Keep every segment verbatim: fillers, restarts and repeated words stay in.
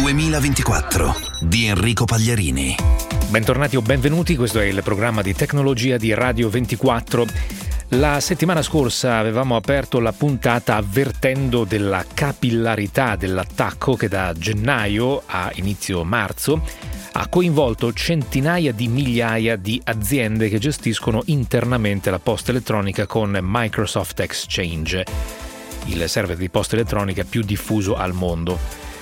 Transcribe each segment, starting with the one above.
duemilaventiquattro di Enrico Pagliarini. Bentornati o benvenuti, questo è il programma di tecnologia di Radio ventiquattro. La settimana scorsa avevamo aperto la puntata avvertendo della capillarità dell'attacco che da gennaio a inizio marzo ha coinvolto centinaia di migliaia di aziende che gestiscono internamente la posta elettronica con Microsoft Exchange, il server di posta elettronica più diffuso al mondo.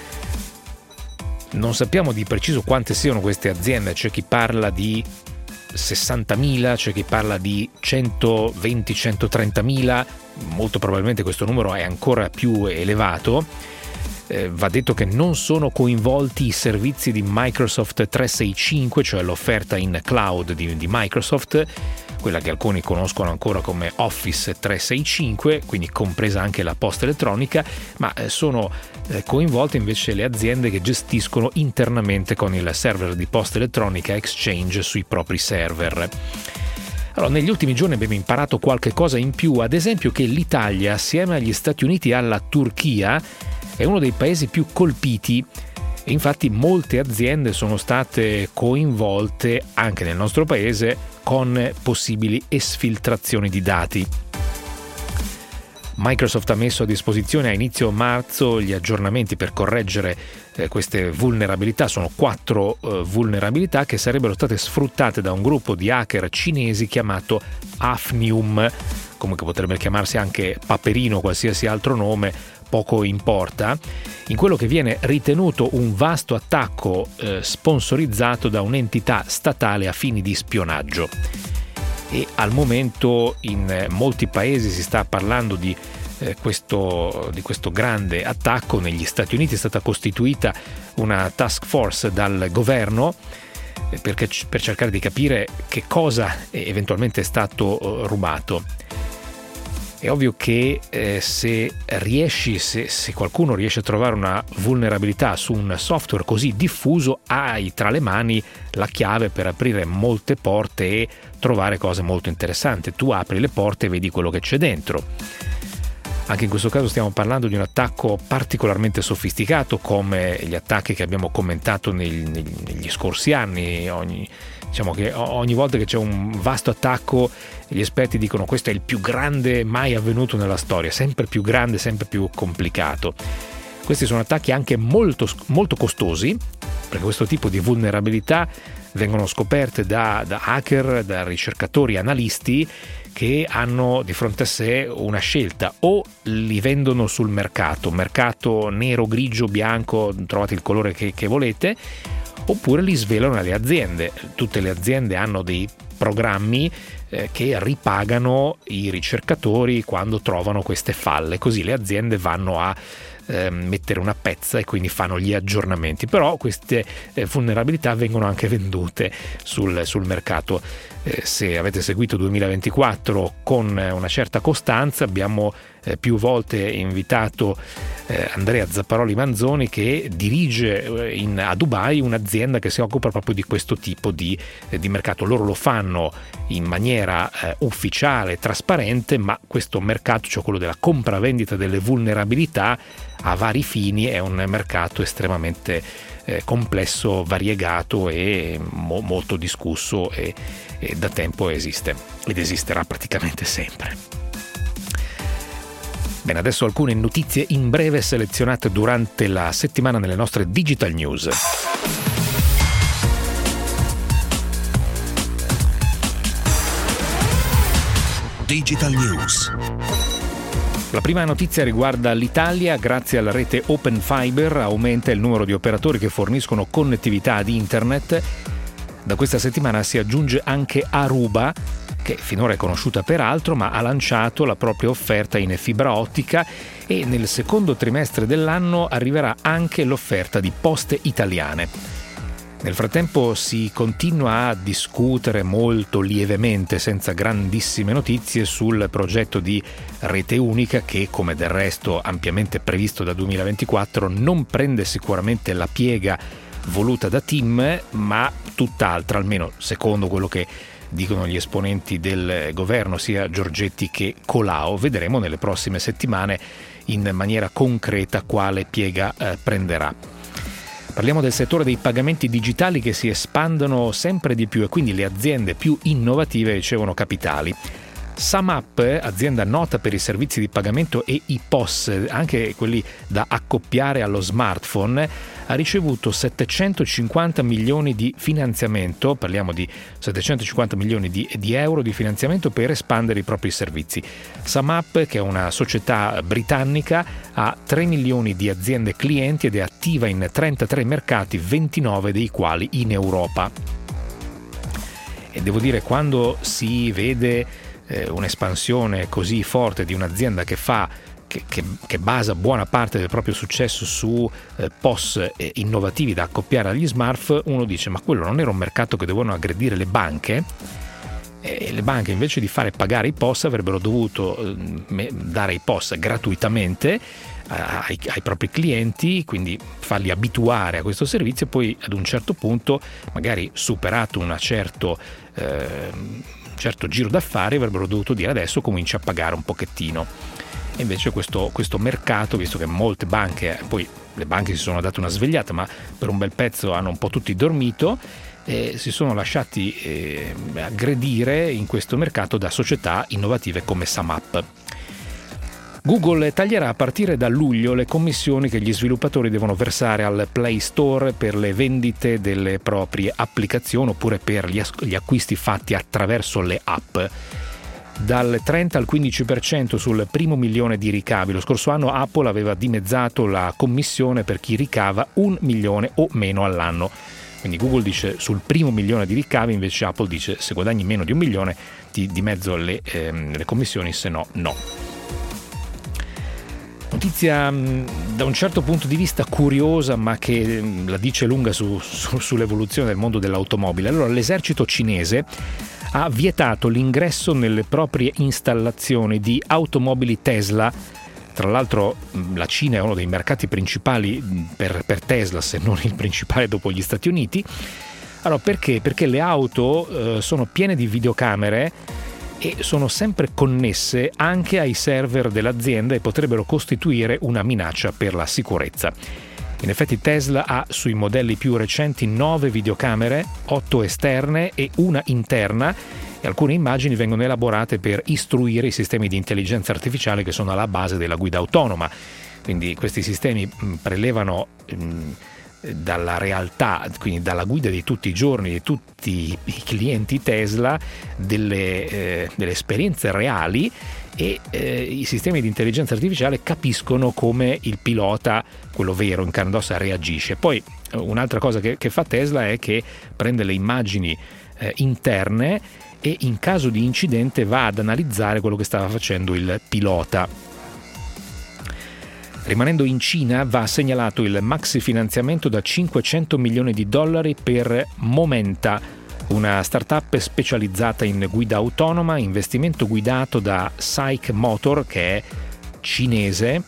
Non sappiamo di preciso quante siano queste aziende, c'è chi parla di sessantamila, c'è chi parla di centoventi centotrentamila, molto probabilmente questo numero è ancora più elevato. Eh, va detto che non sono coinvolti i servizi di Microsoft trecentosessantacinque, cioè l'offerta in cloud di, di Microsoft, quella che alcuni conoscono ancora come Office trecentosessantacinque, quindi compresa anche la posta elettronica, ma eh, sono eh, coinvolte invece le aziende che gestiscono internamente con il server di posta elettronica Exchange sui propri server. Allora, negli ultimi giorni abbiamo imparato qualche cosa in più, ad esempio che l'Italia, assieme agli Stati Uniti e alla Turchia, è uno dei paesi più colpiti e infatti molte aziende sono state coinvolte anche nel nostro paese con possibili esfiltrazioni di dati. Microsoft ha messo a disposizione a inizio marzo gli aggiornamenti per correggere eh, queste vulnerabilità. Sono quattro eh, vulnerabilità che sarebbero state sfruttate da un gruppo di hacker cinesi chiamato Hafnium, comunque potrebbe chiamarsi anche Paperino o qualsiasi altro nome, poco importa, in quello che viene ritenuto un vasto attacco eh, sponsorizzato da un'entità statale a fini di spionaggio. E al momento in eh, molti paesi si sta parlando di, eh, questo, di questo grande attacco. Negli Stati Uniti è stata costituita una task force dal governo eh, perché, per cercare di capire che cosa eventualmente è stato eh, rubato. È ovvio che eh, se riesci, se, se qualcuno riesce a trovare una vulnerabilità su un software così diffuso, hai tra le mani la chiave per aprire molte porte e trovare cose molto interessanti. Tu apri le porte e vedi quello che c'è dentro. Anche in questo caso stiamo parlando di un attacco particolarmente sofisticato, come gli attacchi che abbiamo commentato negli, negli scorsi anni. Ogni, diciamo che ogni volta che c'è un vasto attacco, gli esperti dicono questo è il più grande mai avvenuto nella storia, sempre più grande, sempre più complicato. Questi sono attacchi anche molto, molto costosi, perché questo tipo di vulnerabilità vengono scoperte da, da hacker, da ricercatori, analisti che hanno di fronte a sé una scelta: o li vendono sul mercato, mercato nero, grigio, bianco, trovate il colore che, che volete, oppure li svelano alle aziende. Tutte le aziende hanno dei programmi eh, che ripagano i ricercatori quando trovano queste falle, così le aziende vanno a eh, mettere una pezza e quindi fanno gli aggiornamenti. Però queste eh, vulnerabilità vengono anche vendute sul, sul mercato. Eh, se avete seguito duemilaventiquattro con una certa costanza, abbiamo eh, più volte invitato eh, Andrea Zapparoli Manzoni, che dirige eh, in, a Dubai un'azienda che si occupa proprio di questo tipo di, eh, di mercato. Loro lo fanno in maniera eh, ufficiale, trasparente, ma questo mercato, cioè quello della compravendita delle vulnerabilità a vari fini, è un mercato estremamente eh, complesso, variegato e mo- molto discusso e, e da tempo esiste ed esisterà praticamente sempre. Bene, adesso alcune notizie in breve selezionate durante la settimana nelle nostre Digital News. Digital News. La prima notizia riguarda l'Italia. Grazie alla rete Open Fiber aumenta il numero di operatori che forniscono connettività ad internet. Da questa settimana si aggiunge anche Aruba, che finora è conosciuta per altro, ma ha lanciato la propria offerta in fibra ottica, e nel secondo trimestre dell'anno arriverà anche l'offerta di Poste Italiane. Nel frattempo si continua a discutere molto lievemente, senza grandissime notizie, sul progetto di rete unica che, come del resto ampiamente previsto da duemilaventiquattro, non prende sicuramente la piega voluta da TIM, ma tutt'altra, almeno secondo quello che dicono gli esponenti del governo, sia Giorgetti che Colao. Vedremo nelle prossime settimane in maniera concreta quale piega eh, prenderà. Parliamo del settore dei pagamenti digitali che si espandono sempre di più e quindi le aziende più innovative ricevono capitali. SumUp, azienda nota per i servizi di pagamento e i P O S, anche quelli da accoppiare allo smartphone, ha ricevuto settecentocinquanta milioni di finanziamento, parliamo di settecentocinquanta milioni di, di euro di finanziamento per espandere i propri servizi. SumUp, che è una società britannica, ha tre milioni di aziende clienti ed è attiva in trentatré mercati, ventinove dei quali in Europa. E devo dire, quando si vede eh, un'espansione così forte di un'azienda che fa Che, che, che basa buona parte del proprio successo su eh, P O S eh, innovativi da accoppiare agli smartphone, uno dice: ma quello non era un mercato che dovevano aggredire le banche? E le banche, invece di fare pagare i P O S, avrebbero dovuto eh, dare i P O S gratuitamente ai, ai propri clienti, quindi farli abituare a questo servizio, e poi ad un certo punto, magari superato una certo eh, un certo giro d'affari, avrebbero dovuto dire: adesso comincia a pagare un pochettino. E invece questo, questo mercato, visto che molte banche, poi le banche si sono date una svegliata, ma per un bel pezzo hanno un po' tutti dormito, e si sono lasciati eh, aggredire in questo mercato da società innovative come SumUp. Google taglierà a partire da luglio le commissioni che gli sviluppatori devono versare al Play Store per le vendite delle proprie applicazioni oppure per gli, gli acquisti fatti attraverso le app. Dal trenta al quindici per cento sul primo milione di ricavi. Lo scorso anno Apple aveva dimezzato la commissione per chi ricava un milione o meno all'anno. Quindi Google dice sul primo milione di ricavi, invece Apple dice se guadagni meno di un milione ti dimezzo le, ehm, le commissioni, se no no. Notizia da un certo punto di vista curiosa, ma che la dice lunga su, su, sull'evoluzione del mondo dell'automobile. Allora, l'esercito cinese ha vietato l'ingresso nelle proprie installazioni di automobili Tesla. Tra l'altro la Cina è uno dei mercati principali per, per Tesla, se non il principale dopo gli Stati Uniti. Allora, perché? Perché le auto eh, sono piene di videocamere e sono sempre connesse anche ai server dell'azienda e potrebbero costituire una minaccia per la sicurezza. In effetti Tesla ha sui modelli più recenti nove videocamere, otto esterne e una interna, e alcune immagini vengono elaborate per istruire i sistemi di intelligenza artificiale che sono alla base della guida autonoma. Quindi questi sistemi prelevano mh, dalla realtà, quindi dalla guida di tutti i giorni di tutti i clienti Tesla, delle, eh, delle esperienze reali, e eh, i sistemi di intelligenza artificiale capiscono come il pilota, quello vero in carne ed ossa, reagisce. Poi un'altra cosa che, che fa Tesla è che prende le immagini eh, interne e in caso di incidente va ad analizzare quello che stava facendo il pilota. Rimanendo in Cina, va segnalato il maxi finanziamento da cinquecento milioni di dollari per Momenta, una startup specializzata in guida autonoma, investimento guidato da SAIC Motor, che è cinese,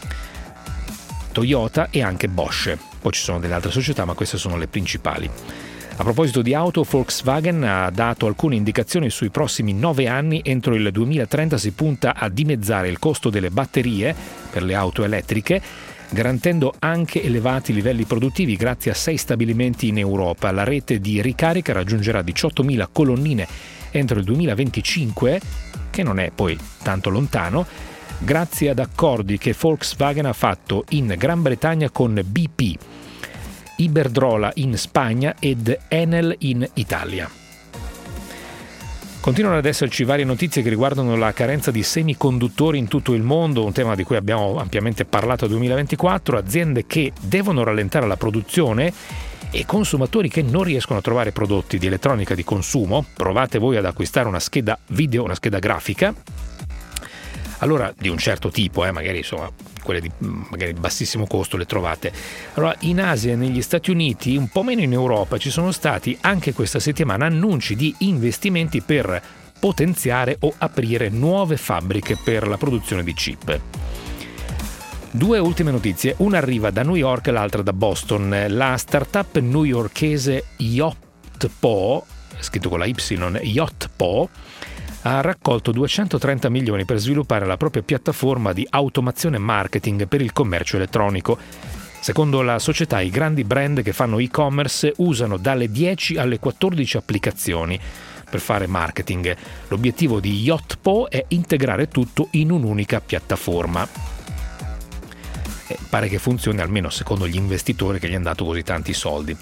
Toyota e anche Bosch. Poi ci sono delle altre società, ma queste sono le principali. A proposito di auto, Volkswagen ha dato alcune indicazioni sui prossimi nove anni. Entro il duemilatrenta si punta a dimezzare il costo delle batterie per le auto elettriche, garantendo anche elevati livelli produttivi grazie a sei stabilimenti in Europa. La rete di ricarica raggiungerà diciottomila colonnine entro il duemilaventicinque, che non è poi tanto lontano, grazie ad accordi che Volkswagen ha fatto in Gran Bretagna con B P, Iberdrola in Spagna ed Enel in Italia. Continuano ad esserci varie notizie che riguardano la carenza di semiconduttori in tutto il mondo, un tema di cui abbiamo ampiamente parlato nel duemilaventiquattro, aziende che devono rallentare la produzione e consumatori che non riescono a trovare prodotti di elettronica di consumo. Provate voi ad acquistare una scheda video, una scheda grafica, allora di un certo tipo, eh, magari insomma quelle di magari bassissimo costo le trovate. Allora, in Asia e negli Stati Uniti, un po' meno in Europa, ci sono stati anche questa settimana annunci di investimenti per potenziare o aprire nuove fabbriche per la produzione di chip. Due ultime notizie, una arriva da New York e l'altra da Boston. La startup newyorkese Yotpo, scritto con la Y, Yotpo, ha raccolto duecentotrenta milioni per sviluppare la propria piattaforma di automazione marketing per il commercio elettronico. Secondo la società, i grandi brand che fanno e-commerce usano dalle dieci alle quattordici applicazioni per fare marketing. L'obiettivo di Yotpo è integrare tutto in un'unica piattaforma. E pare che funzioni, almeno secondo gli investitori che gli hanno dato così tanti soldi.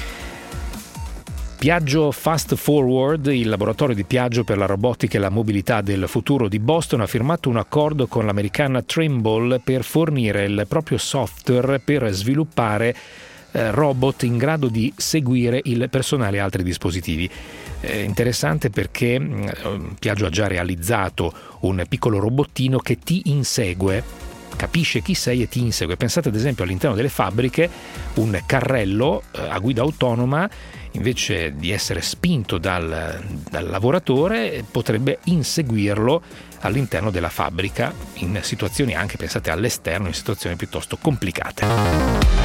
Piaggio Fast Forward, il laboratorio di Piaggio per la robotica e la mobilità del futuro di Boston, ha firmato un accordo con l'americana Trimble per fornire il proprio software per sviluppare eh, robot in grado di seguire il personale e altri dispositivi. È interessante perché eh, Piaggio ha già realizzato un piccolo robottino che ti insegue, capisce chi sei e ti insegue. Pensate ad esempio all'interno delle fabbriche un carrello eh, a guida autonoma, invece di essere spinto dal, dal lavoratore, potrebbe inseguirlo all'interno della fabbrica in situazioni anche, pensate all'esterno, in situazioni piuttosto complicate.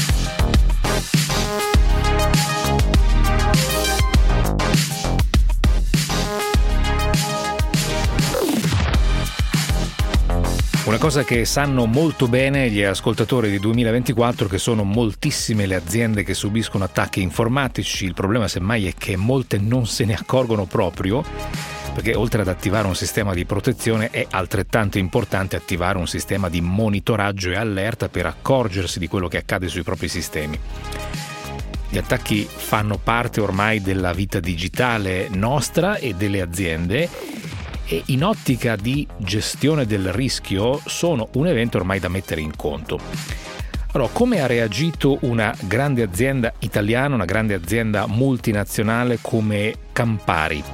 Una cosa che sanno molto bene gli ascoltatori di duemilaventiquattro, che sono moltissime le aziende che subiscono attacchi informatici. Il problema semmai è che molte non se ne accorgono proprio, perché oltre ad attivare un sistema di protezione è altrettanto importante attivare un sistema di monitoraggio e allerta per accorgersi di quello che accade sui propri sistemi. Gli attacchi fanno parte ormai della vita digitale nostra e delle aziende, e in ottica di gestione del rischio sono un evento ormai da mettere in conto. Allora, come ha reagito una grande azienda italiana, una grande azienda multinazionale come Campari?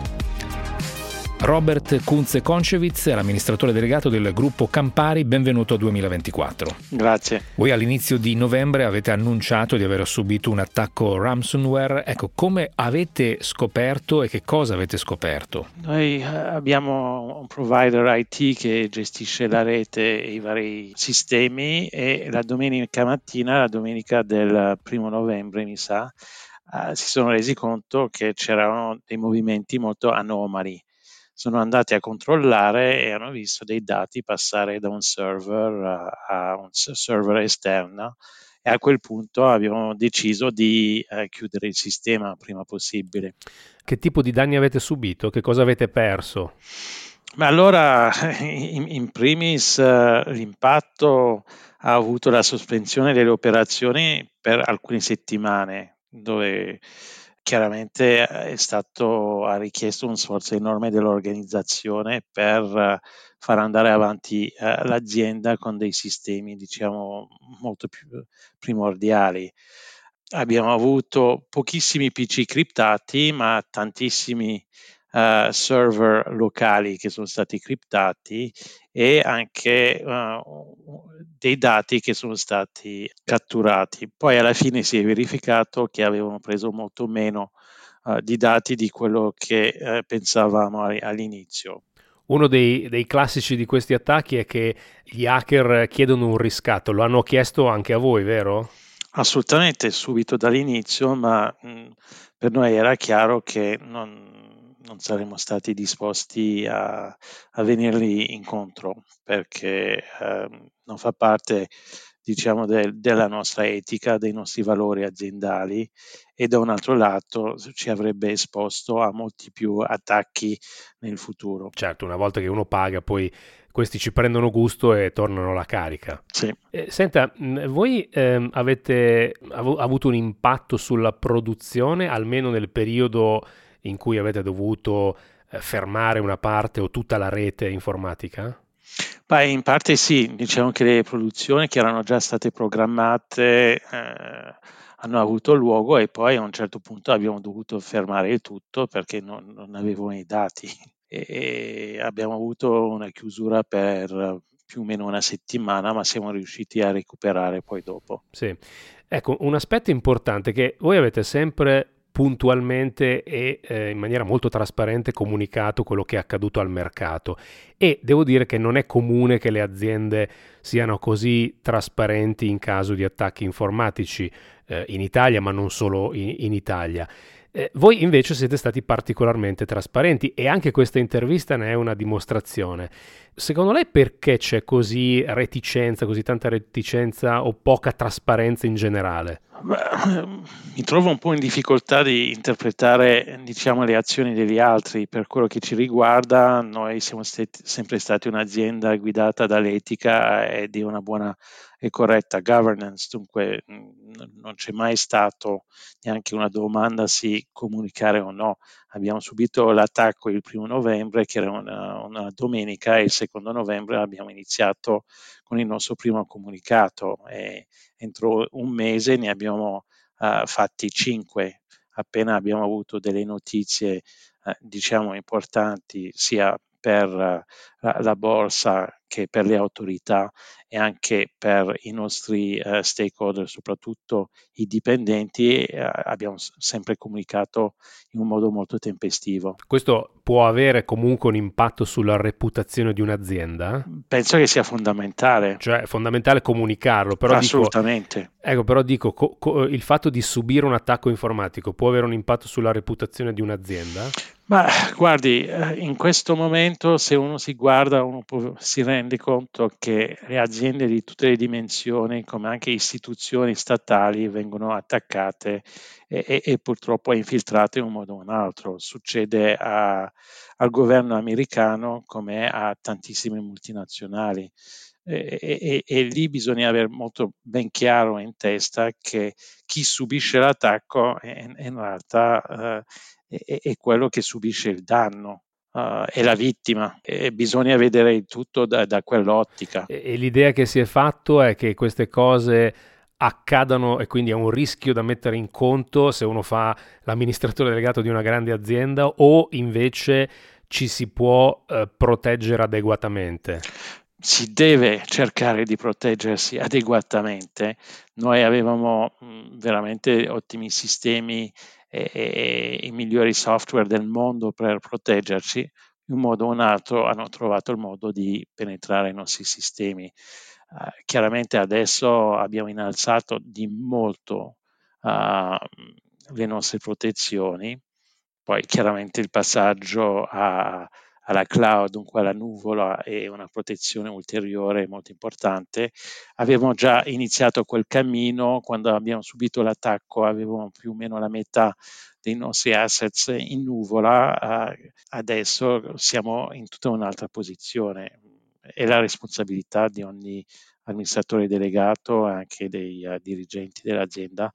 Robert Kunze-Konchevitz è l'amministratore delegato del gruppo Campari. Benvenuto a duemilaventiquattro. Grazie. Voi all'inizio di novembre avete annunciato di aver subito un attacco ransomware. Ecco, come avete scoperto e che cosa avete scoperto? Noi abbiamo un provider I T che gestisce la rete e i vari sistemi, e la domenica mattina, la domenica del primo novembre mi sa, eh, si sono resi conto che c'erano dei movimenti molto anomali. Sono andati a controllare e hanno visto dei dati passare da un server a, a un server esterno, e a quel punto abbiamo deciso di eh, chiudere il sistema prima possibile. Che tipo di danni avete subito? Che cosa avete perso? Ma allora, in, in primis, eh, l'impatto ha avuto la sospensione delle operazioni per alcune settimane, dove chiaramente è stato, ha richiesto un sforzo enorme dell'organizzazione per far andare avanti eh, l'azienda con dei sistemi, diciamo, molto più primordiali. Abbiamo avuto pochissimi P C criptati, ma tantissimi uh, server locali che sono stati criptati, e anche uh, dei dati che sono stati catturati. Poi alla fine si è verificato che avevano preso molto meno uh, di dati di quello che uh, pensavamo all'inizio. Uno dei, dei classici di questi attacchi è che gli hacker chiedono un riscatto. Lo hanno chiesto anche a voi, vero? Assolutamente, subito dall'inizio, ma mh, per noi era chiaro che non, non saremmo stati disposti a, a venirgli incontro, perché eh, non fa parte, diciamo, del, della nostra etica, dei nostri valori aziendali, e da un altro lato ci avrebbe esposto a molti più attacchi nel futuro. Certo, una volta che uno paga, poi questi ci prendono gusto e tornano alla carica. Sì. Eh, senta, voi ehm, avete av- avuto un impatto sulla produzione, almeno nel periodo in cui avete dovuto eh, fermare una parte o tutta la rete informatica? Beh, in parte sì, diciamo che le produzioni che erano già state programmate eh, hanno avuto luogo, e poi a un certo punto abbiamo dovuto fermare il tutto perché non, non avevamo i dati, e abbiamo avuto una chiusura per più o meno una settimana, ma siamo riusciti a recuperare poi dopo. Sì, ecco, un aspetto importante che voi avete sempre puntualmente e eh, in maniera molto trasparente comunicato quello che è accaduto al mercato, e devo dire che non è comune che le aziende siano così trasparenti in caso di attacchi informatici eh, in Italia, ma non solo in, in Italia. Eh, voi invece siete stati particolarmente trasparenti e anche questa intervista ne è una dimostrazione. Secondo lei perché c'è così reticenza, così tanta reticenza o poca trasparenza in generale? Beh, mi trovo un po' in difficoltà di interpretare, diciamo, le azioni degli altri. Per quello che ci riguarda, noi siamo stati, sempre stati un'azienda guidata dall'etica e di una buona e corretta governance, dunque mh, non c'è mai stato neanche una domanda se comunicare o no. Abbiamo subito l'attacco il primo novembre, che era una, una domenica, e il secondo novembre abbiamo iniziato con il nostro primo comunicato. E, entro un mese ne abbiamo uh, fatti cinque, appena abbiamo avuto delle notizie uh, diciamo importanti sia per uh, la, la borsa che per le autorità e anche per i nostri uh, stakeholder, soprattutto i dipendenti, uh, abbiamo s- sempre comunicato in un modo molto tempestivo. Questo può avere comunque un impatto sulla reputazione di un'azienda? Penso che sia fondamentale. Cioè è fondamentale comunicarlo, però Assolutamente. dico, ecco, però dico co- co- il fatto di subire un attacco informatico può avere un impatto sulla reputazione di un'azienda? Ma guardi, eh, in questo momento se uno si guarda, uno può- si rende conto che le aziende di tutte le dimensioni, come anche istituzioni statali, vengono attaccate e, e- e purtroppo infiltrate in un modo o un altro. Succede a- al governo americano come a tantissime multinazionali. E, e- e lì bisogna avere molto ben chiaro in testa che chi subisce l'attacco è, è in realtà eh, è, è quello che subisce il danno, uh, è la vittima, e bisogna vedere il tutto da, da quell'ottica. E, e l'idea che si è fatto è che queste cose accadano e quindi è un rischio da mettere in conto se uno fa l'amministratore delegato di una grande azienda o invece ci si può eh, proteggere adeguatamente. Si deve cercare di proteggersi adeguatamente. Noi avevamo mh, veramente ottimi sistemi e, e, i migliori software del mondo per proteggerci. In un modo o un altro hanno trovato il modo di penetrare i nostri sistemi. Uh, chiaramente adesso abbiamo innalzato di molto uh, le nostre protezioni, poi chiaramente il passaggio a, alla cloud, dunque alla nuvola, è una protezione ulteriore molto importante. Avevamo già iniziato quel cammino quando abbiamo subito l'attacco, avevamo più o meno la metà dei nostri assets in nuvola, eh, adesso siamo in tutta un'altra posizione. È la responsabilità di ogni amministratore delegato e anche dei uh, dirigenti dell'azienda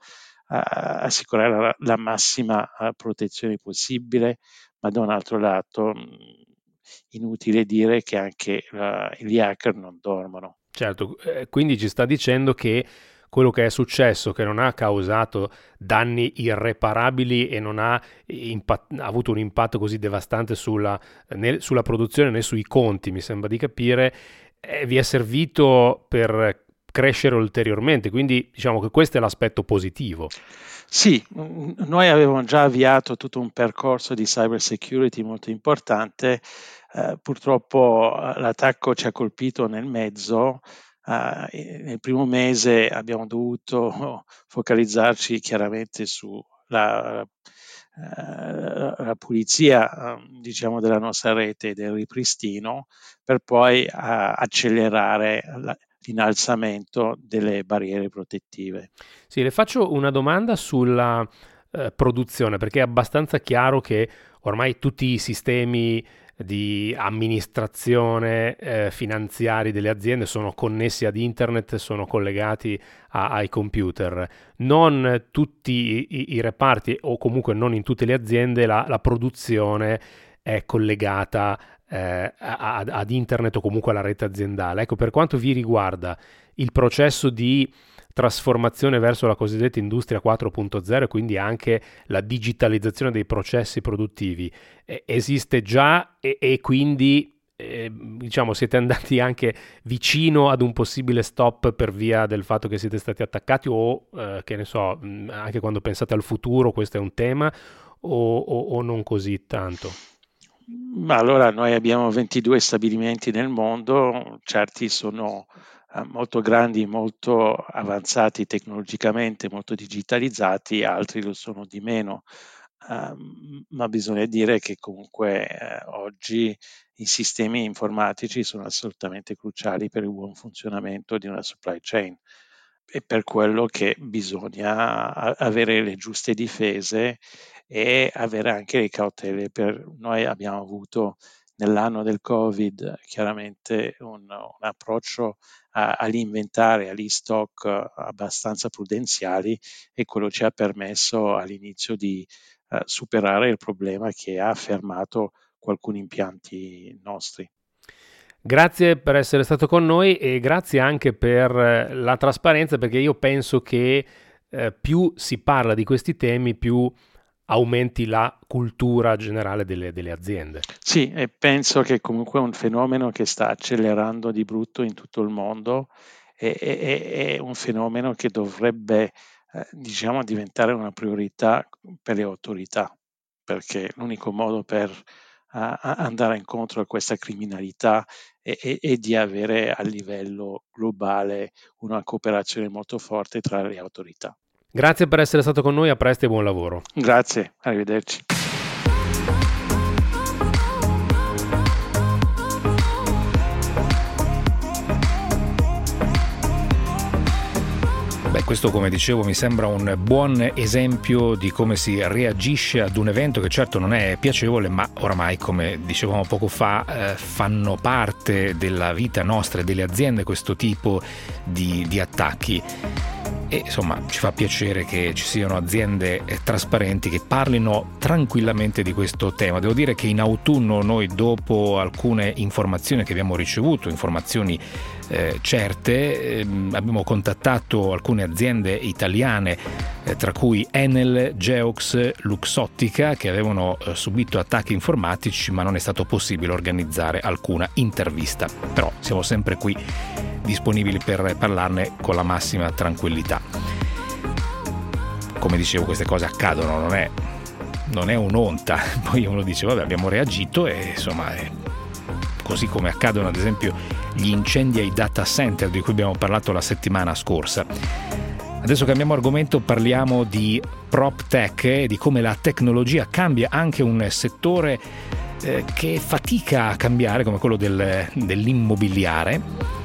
a assicurare la, la massima uh, protezione possibile, ma da un altro lato mh, inutile dire che anche uh, gli hacker non dormono. Certo, eh, quindi ci sta dicendo che quello che è successo, che non ha causato danni irreparabili e non ha, impatt- ha avuto un impatto così devastante sulla, né sulla produzione né sui conti, mi sembra di capire, eh, vi è servito per crescere ulteriormente, quindi diciamo che questo è l'aspetto positivo. Sì, noi avevamo già avviato tutto un percorso di cyber security molto importante, eh, purtroppo eh, l'attacco ci ha colpito nel mezzo. Uh, nel primo mese abbiamo dovuto focalizzarci chiaramente sulla uh, la pulizia uh, diciamo della nostra rete e del ripristino per poi uh, accelerare la, l'innalzamento delle barriere protettive. Sì, le faccio una domanda sulla eh, produzione perché è abbastanza chiaro che ormai tutti i sistemi di amministrazione eh, finanziari delle aziende sono connessi ad internet, sono collegati a, ai computer. Non tutti i, i reparti o comunque non in tutte le aziende la, la produzione è collegata eh, a, ad internet o comunque alla rete aziendale. Ecco, per quanto vi riguarda il processo di trasformazione verso la cosiddetta industria quattro punto zero, quindi anche la digitalizzazione dei processi produttivi, eh, esiste già e, e quindi eh, diciamo siete andati anche vicino ad un possibile stop per via del fatto che siete stati attaccati o eh, che ne so, anche quando pensate al futuro questo è un tema o, o, o non così tanto? Ma allora noi abbiamo ventidue stabilimenti nel mondo, certi sono eh, molto grandi, molto avanzati tecnologicamente, molto digitalizzati, altri lo sono di meno. uh, ma bisogna dire che comunque uh, oggi i sistemi informatici sono assolutamente cruciali per il buon funzionamento di una supply chain. È per quello che bisogna avere le giuste difese e avere anche le cautele. Per noi abbiamo avuto nell'anno del Covid chiaramente un, un approccio a, all'inventario, agli stock abbastanza prudenziali, e quello ci ha permesso all'inizio di uh, superare il problema che ha fermato alcuni impianti nostri. Grazie per essere stato con noi e grazie anche per la trasparenza, perché io penso che eh, più si parla di questi temi, più aumenti la cultura generale delle, delle aziende. Sì, e penso che comunque è un fenomeno che sta accelerando di brutto in tutto il mondo, e è, è un fenomeno che dovrebbe eh, diciamo diventare una priorità per le autorità, perché l'unico modo per a, a andare incontro a questa criminalità e, e, e di avere a livello globale una cooperazione molto forte tra le autorità. Grazie per essere stato con noi, a presto e buon lavoro. Grazie, arrivederci. Beh, questo, come dicevo, mi sembra un buon esempio di come si reagisce ad un evento che certo non è piacevole, ma oramai, come dicevamo poco fa, eh, fanno parte della vita nostra e delle aziende questo tipo di, di attacchi. E insomma ci fa piacere che ci siano aziende trasparenti che parlino tranquillamente di questo tema. Devo dire che in autunno noi, dopo alcune informazioni che abbiamo ricevuto, informazioni eh, certe, ehm, abbiamo contattato alcune aziende italiane, eh, tra cui Enel, Geox, Luxottica, che avevano eh, subito attacchi informatici, ma non è stato possibile organizzare alcuna intervista. Però siamo sempre qui disponibili per parlarne con la massima tranquillità. Come dicevo, queste cose accadono, non è, non è un'onta. Poi uno dice vabbè, abbiamo reagito, e insomma è così come accadono ad esempio gli incendi ai data center di cui abbiamo parlato la settimana scorsa. Adesso cambiamo argomento, parliamo di prop tech e di come la tecnologia cambia anche un settore eh, che fatica a cambiare, come quello del, dell'immobiliare.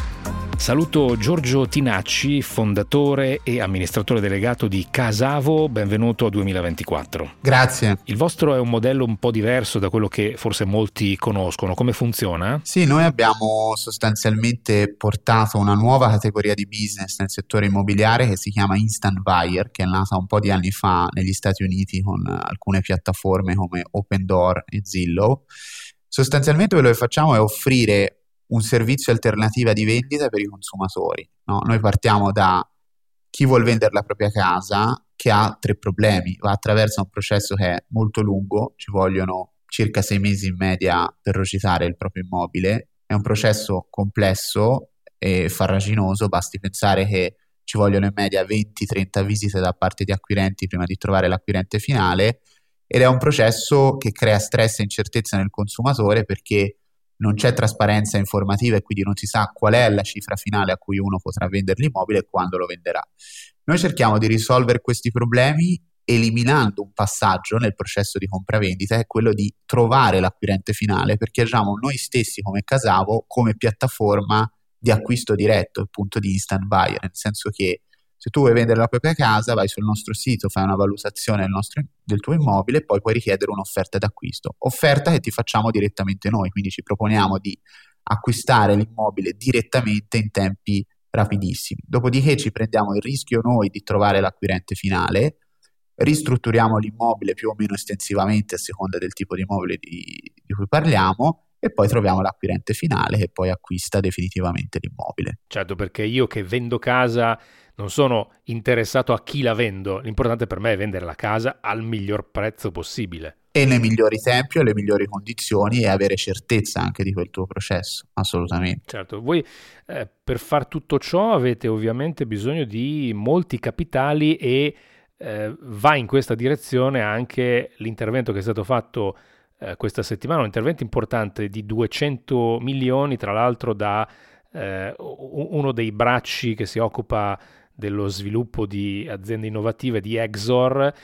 Saluto Giorgio Tinacci, fondatore e amministratore delegato di Casavo, benvenuto a duemilaventiquattro. Grazie. Il vostro è un modello un po' diverso da quello che forse molti conoscono, come funziona? Sì, noi abbiamo sostanzialmente portato una nuova categoria di business nel settore immobiliare che si chiama Instant Buyer, che è nata un po' di anni fa negli Stati Uniti con alcune piattaforme come Opendoor e Zillow. Sostanzialmente quello che facciamo è offrire un servizio alternativa di vendita per i consumatori, no? Noi partiamo da chi vuol vendere la propria casa, che ha tre problemi, va attraverso un processo che è molto lungo, ci vogliono circa sei mesi in media per rocitare il proprio immobile, è un processo complesso e farraginoso, basti pensare che ci vogliono in media venti trenta visite da parte di acquirenti prima di trovare l'acquirente finale, ed è un processo che crea stress e incertezza nel consumatore perché non c'è trasparenza informativa e quindi non si sa qual è la cifra finale a cui uno potrà vendere l'immobile e quando lo venderà. Noi cerchiamo di risolvere questi problemi eliminando un passaggio nel processo di compravendita, che è quello di trovare l'acquirente finale, perché agiamo noi stessi come Casavo come piattaforma di acquisto diretto, appunto di instant buyer, nel senso che se tu vuoi vendere la propria casa, vai sul nostro sito, fai una valutazione del, nostro, del tuo immobile e poi puoi richiedere un'offerta d'acquisto. Offerta che ti facciamo direttamente noi, quindi ci proponiamo di acquistare l'immobile direttamente in tempi rapidissimi. Dopodiché ci prendiamo il rischio noi di trovare l'acquirente finale, ristrutturiamo l'immobile più o meno estensivamente a seconda del tipo di immobile di, di cui parliamo, e poi troviamo l'acquirente finale che poi acquista definitivamente l'immobile. Certo, perché io che vendo casa non sono interessato a chi la vendo, l'importante per me è vendere la casa al miglior prezzo possibile. E nei migliori tempi, alle migliori condizioni, e avere certezza anche di quel tuo processo, assolutamente. Certo, voi eh, per far tutto ciò avete ovviamente bisogno di molti capitali e eh, va in questa direzione anche l'intervento che è stato fatto eh, questa settimana, un intervento importante di duecento milioni, tra l'altro da eh, uno dei bracci che si occupa dello sviluppo di aziende innovative di Exor,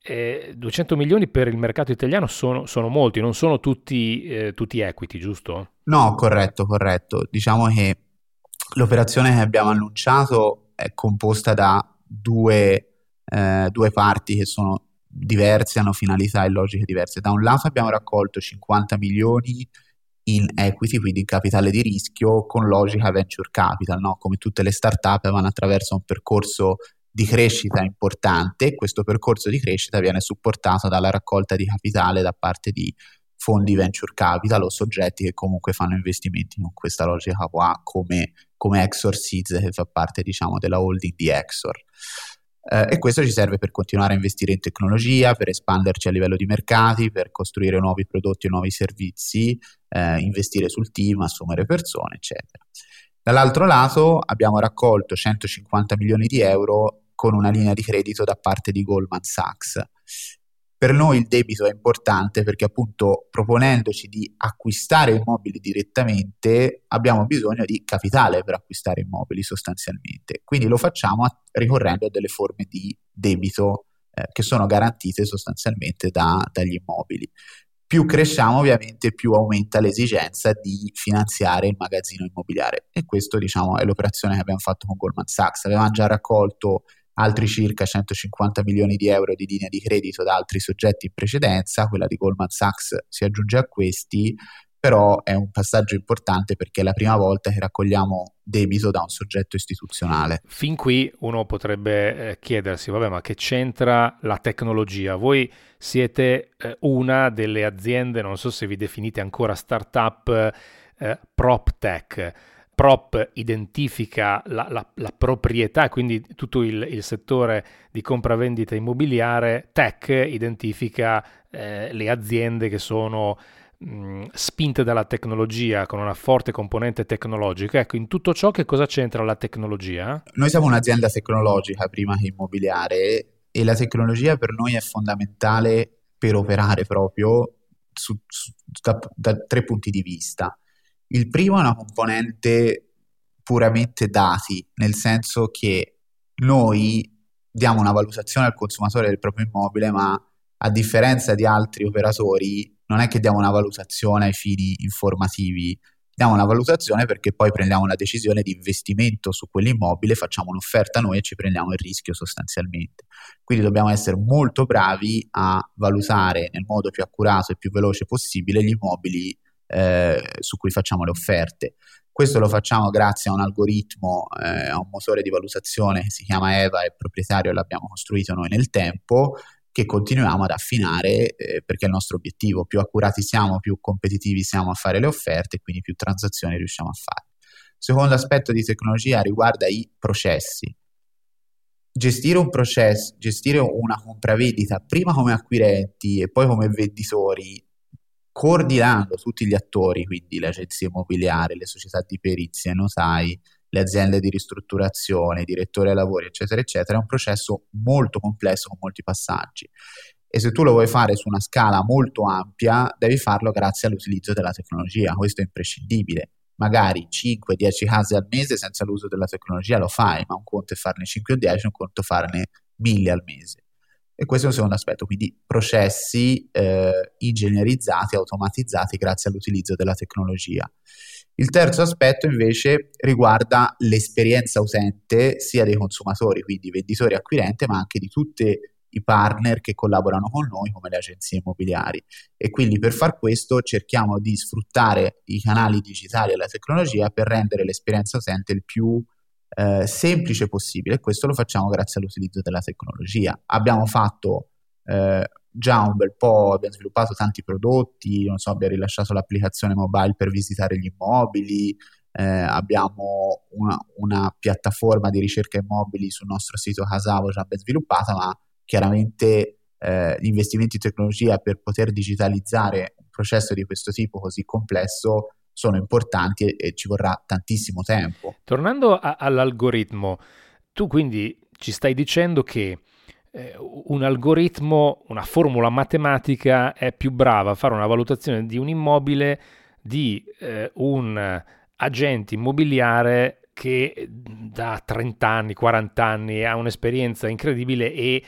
eh, duecento milioni per il mercato italiano sono, sono molti, non sono tutti, eh, tutti equity, giusto? No, corretto, corretto. Diciamo che l'operazione che abbiamo annunciato è composta da due, eh, due parti che sono diverse, hanno finalità e logiche diverse. Da un lato abbiamo raccolto cinquanta milioni in equity, quindi in capitale di rischio, con logica venture capital, no? Come tutte le startup vanno attraverso un percorso di crescita importante e questo percorso di crescita viene supportato dalla raccolta di capitale da parte di fondi venture capital o soggetti che comunque fanno investimenti con questa logica qua, come, come Exor Seeds, che fa parte, diciamo, della holding di Exor. Eh, e questo ci serve per continuare a investire in tecnologia, per espanderci a livello di mercati, per costruire nuovi prodotti e nuovi servizi, eh, investire sul team, assumere persone, eccetera. Dall'altro lato abbiamo raccolto centocinquanta milioni di euro con una linea di credito da parte di Goldman Sachs. Per noi il debito è importante perché appunto proponendoci di acquistare immobili direttamente abbiamo bisogno di capitale per acquistare immobili sostanzialmente, quindi lo facciamo a, ricorrendo a delle forme di debito eh, che sono garantite sostanzialmente da, dagli immobili. Più cresciamo ovviamente più aumenta l'esigenza di finanziare il magazzino immobiliare e questo, diciamo, è l'operazione che abbiamo fatto con Goldman Sachs. Avevamo già raccolto altri circa centocinquanta milioni di euro di linea di credito da altri soggetti in precedenza, quella di Goldman Sachs si aggiunge a questi, però è un passaggio importante perché è la prima volta che raccogliamo debito da un soggetto istituzionale. Fin qui uno potrebbe eh, chiedersi, vabbè, ma che c'entra la tecnologia? Voi siete eh, una delle aziende, non so se vi definite ancora startup, eh, prop tech. Prop identifica la, la, la proprietà, quindi tutto il, il settore di compravendita immobiliare. Tech identifica eh, le aziende che sono mh, spinte dalla tecnologia, con una forte componente tecnologica. Ecco, in tutto ciò che cosa c'entra la tecnologia? Noi siamo un'azienda tecnologica prima che immobiliare e la tecnologia per noi è fondamentale per operare proprio su, su, da, da tre punti di vista. Il primo è una componente puramente dati, nel senso che noi diamo una valutazione al consumatore del proprio immobile, ma a differenza di altri operatori non è che diamo una valutazione ai fini informativi, diamo una valutazione perché poi prendiamo una decisione di investimento su quell'immobile, facciamo un'offerta noi e ci prendiamo il rischio sostanzialmente. Quindi dobbiamo essere molto bravi a valutare nel modo più accurato e più veloce possibile gli immobili Eh, su cui facciamo le offerte. Questo lo facciamo grazie a un algoritmo, eh, a un motore di valutazione che si chiama E V A, è proprietario e l'abbiamo costruito noi nel tempo, che continuiamo ad affinare eh, perché è il nostro obiettivo. Più accurati siamo, più competitivi siamo a fare le offerte e quindi più transazioni riusciamo a fare. Secondo aspetto di tecnologia riguarda i processi. Gestire un processo, gestire una compravendita prima come acquirenti e poi come venditori, coordinando tutti gli attori, quindi le agenzie immobiliari, le società di perizie, notai, le aziende di ristrutturazione, i direttori ai lavori, eccetera, eccetera, è un processo molto complesso con molti passaggi. E se tu lo vuoi fare su una scala molto ampia, devi farlo grazie all'utilizzo della tecnologia. Questo è imprescindibile. Magari cinque dieci case al mese senza l'uso della tecnologia lo fai, ma un conto è farne cinque o dieci, un conto è farne mille al mese. E questo è un secondo aspetto, quindi processi eh, ingegnerizzati, automatizzati grazie all'utilizzo della tecnologia. Il terzo aspetto invece riguarda l'esperienza utente sia dei consumatori, quindi venditori e acquirenti, ma anche di tutti i partner che collaborano con noi come le agenzie immobiliari. E quindi per far questo cerchiamo di sfruttare i canali digitali e la tecnologia per rendere l'esperienza utente il più Eh, semplice possibile, e questo lo facciamo grazie all'utilizzo della tecnologia. Abbiamo fatto eh, già un bel po', abbiamo sviluppato tanti prodotti, non so, abbiamo rilasciato l'applicazione mobile per visitare gli immobili, eh, abbiamo una, una piattaforma di ricerca immobili sul nostro sito Casavo già ben sviluppata, ma chiaramente eh, gli investimenti in tecnologia per poter digitalizzare un processo di questo tipo così complesso sono importanti e, e ci vorrà tantissimo tempo. Tornando a, all'algoritmo, tu quindi ci stai dicendo che eh, un algoritmo, una formula matematica è più brava a fare una valutazione di un immobile di eh, un agente immobiliare che da trenta anni, quaranta anni ha un'esperienza incredibile e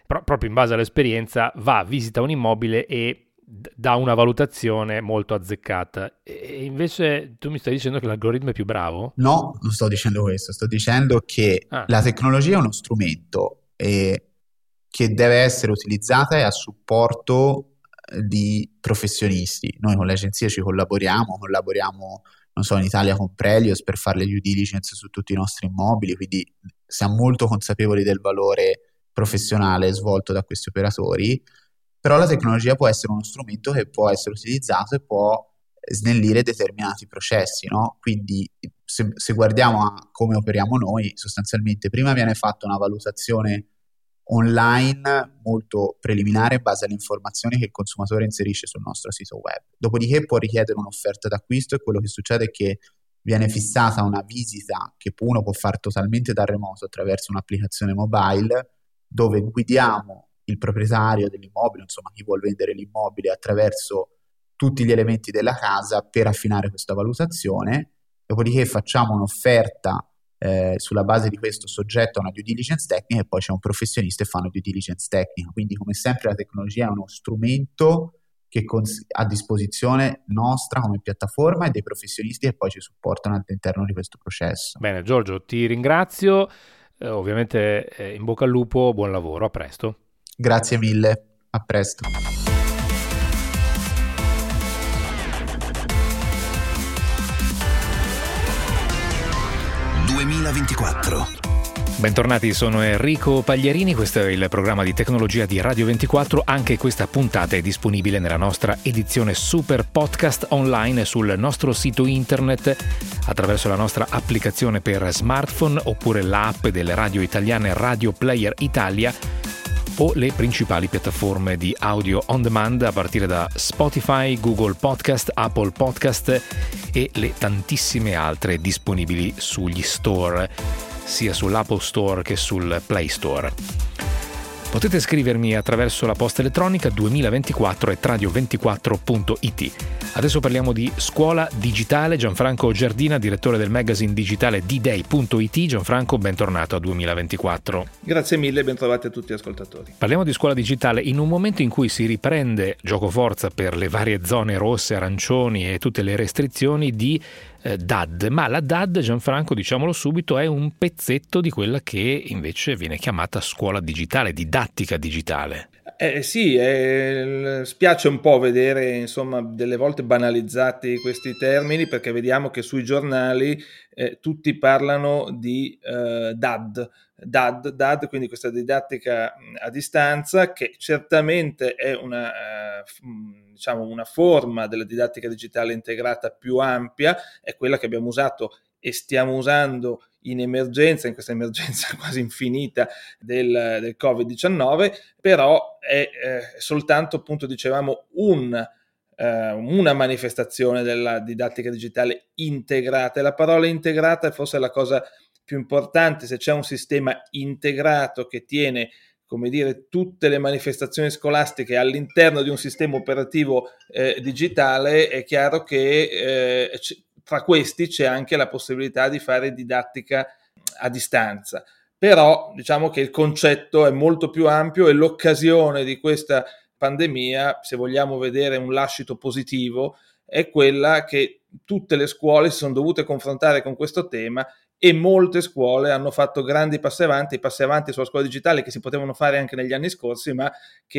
pro- proprio in base all'esperienza va, visita un immobile e d- dà una valutazione molto azzeccata. E invece tu mi stai dicendo che l'algoritmo è più bravo? No, non sto dicendo questo, sto dicendo che Ah. la tecnologia è uno strumento e che deve essere utilizzata a supporto di professionisti. Noi con le agenzie ci collaboriamo, collaboriamo, non so, in Italia con Prelios per fare le due diligence su tutti i nostri immobili, quindi siamo molto consapevoli del valore professionale svolto da questi operatori, però la tecnologia può essere uno strumento che può essere utilizzato e può snellire determinati processi, no? Quindi se, se guardiamo a come operiamo noi, sostanzialmente prima viene fatta una valutazione online molto preliminare in base alle informazioni che il consumatore inserisce sul nostro sito web. Dopodiché può richiedere un'offerta d'acquisto e quello che succede è che viene fissata una visita che uno può fare totalmente da remoto attraverso un'applicazione mobile dove guidiamo il proprietario dell'immobile, insomma chi vuol vendere l'immobile, attraverso tutti gli elementi della casa per affinare questa valutazione. Dopodiché facciamo un'offerta Eh, sulla base di questo soggetto a una due diligence tecnica e poi c'è un professionista e fa una due diligence tecnica. Quindi come sempre la tecnologia è uno strumento che cons- a disposizione nostra come piattaforma e dei professionisti che poi ci supportano all'interno di questo processo. Bene Giorgio, ti ringrazio, eh, ovviamente eh, in bocca al lupo, buon lavoro, a presto. Grazie mille, a presto. duemilaventiquattro. Bentornati, sono Enrico Pagliarini, questo è il programma di tecnologia di Radio ventiquattro. Anche questa puntata è disponibile nella nostra edizione super podcast online sul nostro sito internet attraverso la nostra applicazione per smartphone oppure l'app delle radio italiane Radio Player Italia o le principali piattaforme di audio on demand a partire da Spotify, Google Podcast, Apple Podcast e le tantissime altre disponibili sugli store, sia sull'Apple Store che sul Play Store. Potete scrivermi attraverso la posta elettronica duemilaventiquattro at radio ventiquattro punto it. Adesso parliamo di scuola digitale. Gianfranco Giardina, direttore del magazine digitale d day punto it. Gianfranco, bentornato a duemilaventiquattro. Grazie mille, bentrovati a tutti gli ascoltatori. Parliamo di scuola digitale in un momento in cui si riprende giocoforza per le varie zone rosse, arancioni e tutte le restrizioni di eh, D A D, ma la D A D, Gianfranco, diciamolo subito, è un pezzetto di quella che invece viene chiamata scuola digitale, didattica digitale. Eh sì, eh, spiace un po' vedere insomma delle volte banalizzati questi termini, perché vediamo che sui giornali eh, tutti parlano di eh, D A D, D A D, D A D, quindi questa didattica a distanza, che certamente è una, eh, diciamo una forma della didattica digitale integrata più ampia, è quella che abbiamo usato e stiamo usando in emergenza, in questa emergenza quasi infinita del, del covid diciannove, però è eh, soltanto, appunto, dicevamo, un, eh, una manifestazione della didattica digitale integrata, e la parola integrata è forse la cosa più importante. Se c'è un sistema integrato che tiene, come dire, tutte le manifestazioni scolastiche all'interno di un sistema operativo eh, digitale, è chiaro che eh, c- tra questi c'è anche la possibilità di fare didattica a distanza. Però diciamo che il concetto è molto più ampio e l'occasione di questa pandemia, se vogliamo vedere un lascito positivo, è quella che tutte le scuole si sono dovute confrontare con questo tema e molte scuole hanno fatto grandi passi avanti, passi avanti sulla scuola digitale che si potevano fare anche negli anni scorsi, ma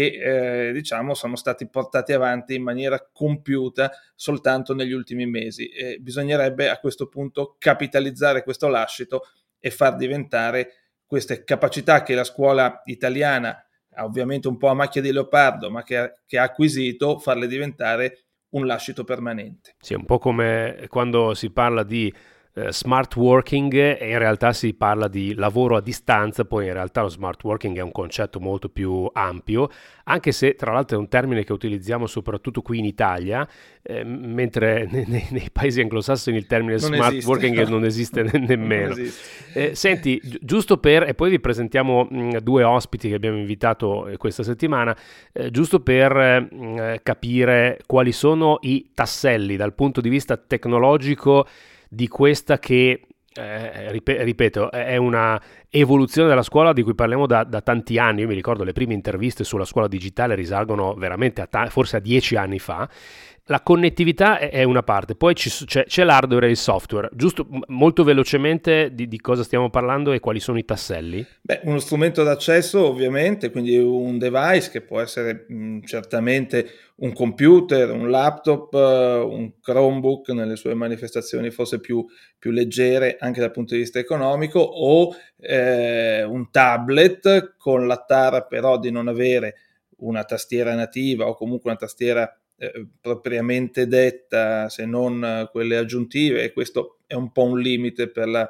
che eh, diciamo sono stati portati avanti in maniera compiuta soltanto negli ultimi mesi. E bisognerebbe a questo punto capitalizzare questo lascito e far diventare queste capacità che la scuola italiana ha ovviamente un po' a macchia di leopardo, ma che ha, che ha acquisito, farle diventare un lascito permanente. Sì, un po' come quando si parla di eh, smart working e in realtà si parla di lavoro a distanza, poi in realtà lo smart working è un concetto molto più ampio, anche se tra l'altro è un termine che utilizziamo soprattutto qui in Italia, eh, mentre nei, nei, nei paesi anglosassoni il termine non smart esiste, working no. non esiste ne- nemmeno. Non esiste. Eh, senti, gi- giusto per, e poi vi presentiamo mh, due ospiti che abbiamo invitato eh, questa settimana, eh, giusto per eh, capire quali sono i tasselli dal punto di vista tecnologico di questa che, eh, rip- ripeto, è una, evoluzione della scuola di cui parliamo da, da tanti anni. Io mi ricordo le prime interviste sulla scuola digitale risalgono veramente a ta- forse a dieci anni fa. La connettività è una parte, poi ci, c'è, c'è l'hardware e il software. Giusto m- molto velocemente di, di cosa stiamo parlando e quali sono i tasselli? Beh, uno strumento d'accesso ovviamente, quindi un device che può essere mh, certamente un computer, un laptop, uh, un Chromebook nelle sue manifestazioni forse più, più leggere anche dal punto di vista economico, o eh, un tablet con la tara però di non avere una tastiera nativa o comunque una tastiera eh, propriamente detta, se non eh, quelle aggiuntive, e questo è un po' un limite per la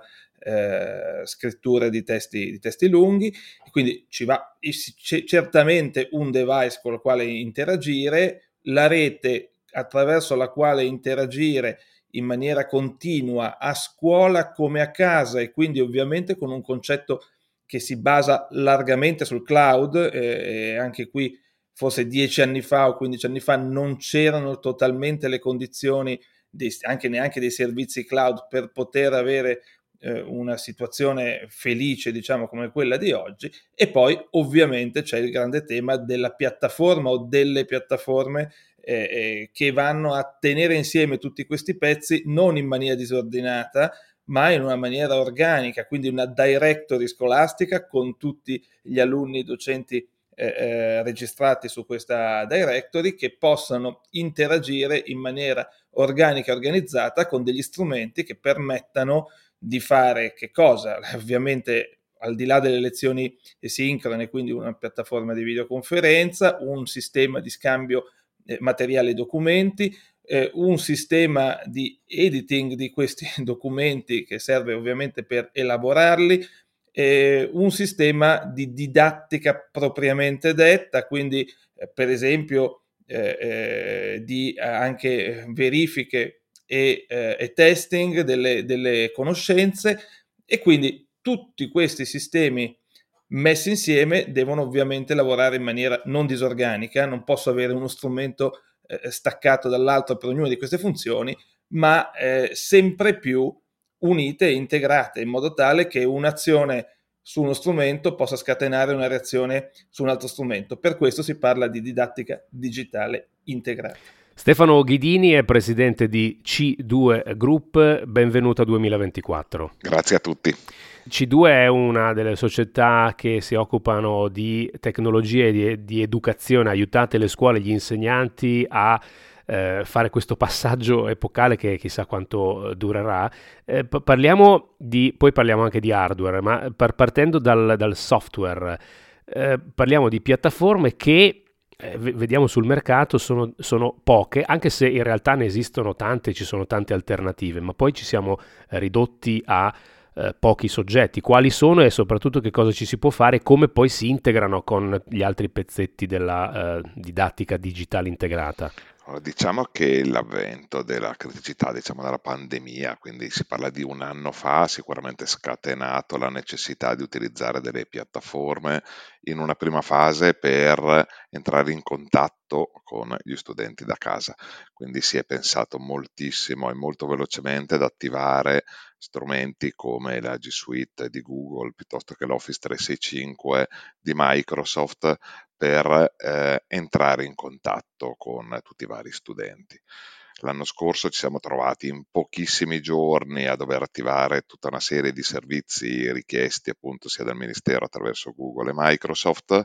eh, scrittura di testi, di testi lunghi. Quindi ci va c- certamente un device con il quale interagire, la rete attraverso la quale interagire in maniera continua a scuola come a casa, e quindi ovviamente con un concetto che si basa largamente sul cloud, eh, e anche qui forse dieci anni fa o quindici anni fa non c'erano totalmente le condizioni, dei, anche neanche dei servizi cloud, per poter avere eh, una situazione felice, diciamo, come quella di oggi. E poi ovviamente c'è il grande tema della piattaforma o delle piattaforme eh, eh, che vanno a tenere insieme tutti questi pezzi non in maniera disordinata, ma in una maniera organica, quindi una directory scolastica con tutti gli alunni, i docenti eh, eh, registrati su questa directory, che possano interagire in maniera organica e organizzata con degli strumenti che permettano di fare che cosa? Ovviamente, al di là delle lezioni sincrone, quindi una piattaforma di videoconferenza, un sistema di scambio eh, materiali e documenti, eh, un sistema di editing di questi documenti che serve ovviamente per elaborarli, eh, un sistema di didattica propriamente detta, quindi eh, per esempio eh, eh, di anche verifiche e, eh, e testing delle, delle conoscenze. E quindi tutti questi sistemi messi insieme devono ovviamente lavorare in maniera non disorganica. Non posso avere uno strumento eh, staccato dall'altro per ognuna di queste funzioni, ma eh, sempre più unite e integrate, in modo tale che un'azione su uno strumento possa scatenare una reazione su un altro strumento. Per questo si parla di didattica digitale integrata. Stefano Ghidini è presidente di C due Group, benvenuto a duemilaventiquattro. Grazie a tutti. C due è una delle società che si occupano di tecnologie e di, di educazione, aiutate le scuole e gli insegnanti a eh, fare questo passaggio epocale che chissà quanto durerà. Eh, p- parliamo di, poi parliamo anche di hardware, ma par- partendo dal, dal software, eh, parliamo di piattaforme che eh, vediamo sul mercato sono, sono poche, anche se in realtà ne esistono tante, ci sono tante alternative, ma poi ci siamo eh, ridotti a eh, pochi soggetti. Quali sono e soprattutto che cosa ci si può fare e come poi si integrano con gli altri pezzetti della eh, didattica digitale integrata? Diciamo che l'avvento della criticità, diciamo della pandemia, quindi si parla di un anno fa, ha sicuramente scatenato la necessità di utilizzare delle piattaforme in una prima fase per entrare in contatto con gli studenti da casa. Quindi si è pensato moltissimo e molto velocemente ad attivare strumenti come la G Suite di Google piuttosto che l'Office trecentosessantacinque di Microsoft per eh, entrare in contatto con tutti i vari studenti. L'anno scorso ci siamo trovati in pochissimi giorni a dover attivare tutta una serie di servizi richiesti appunto sia dal Ministero attraverso Google e Microsoft.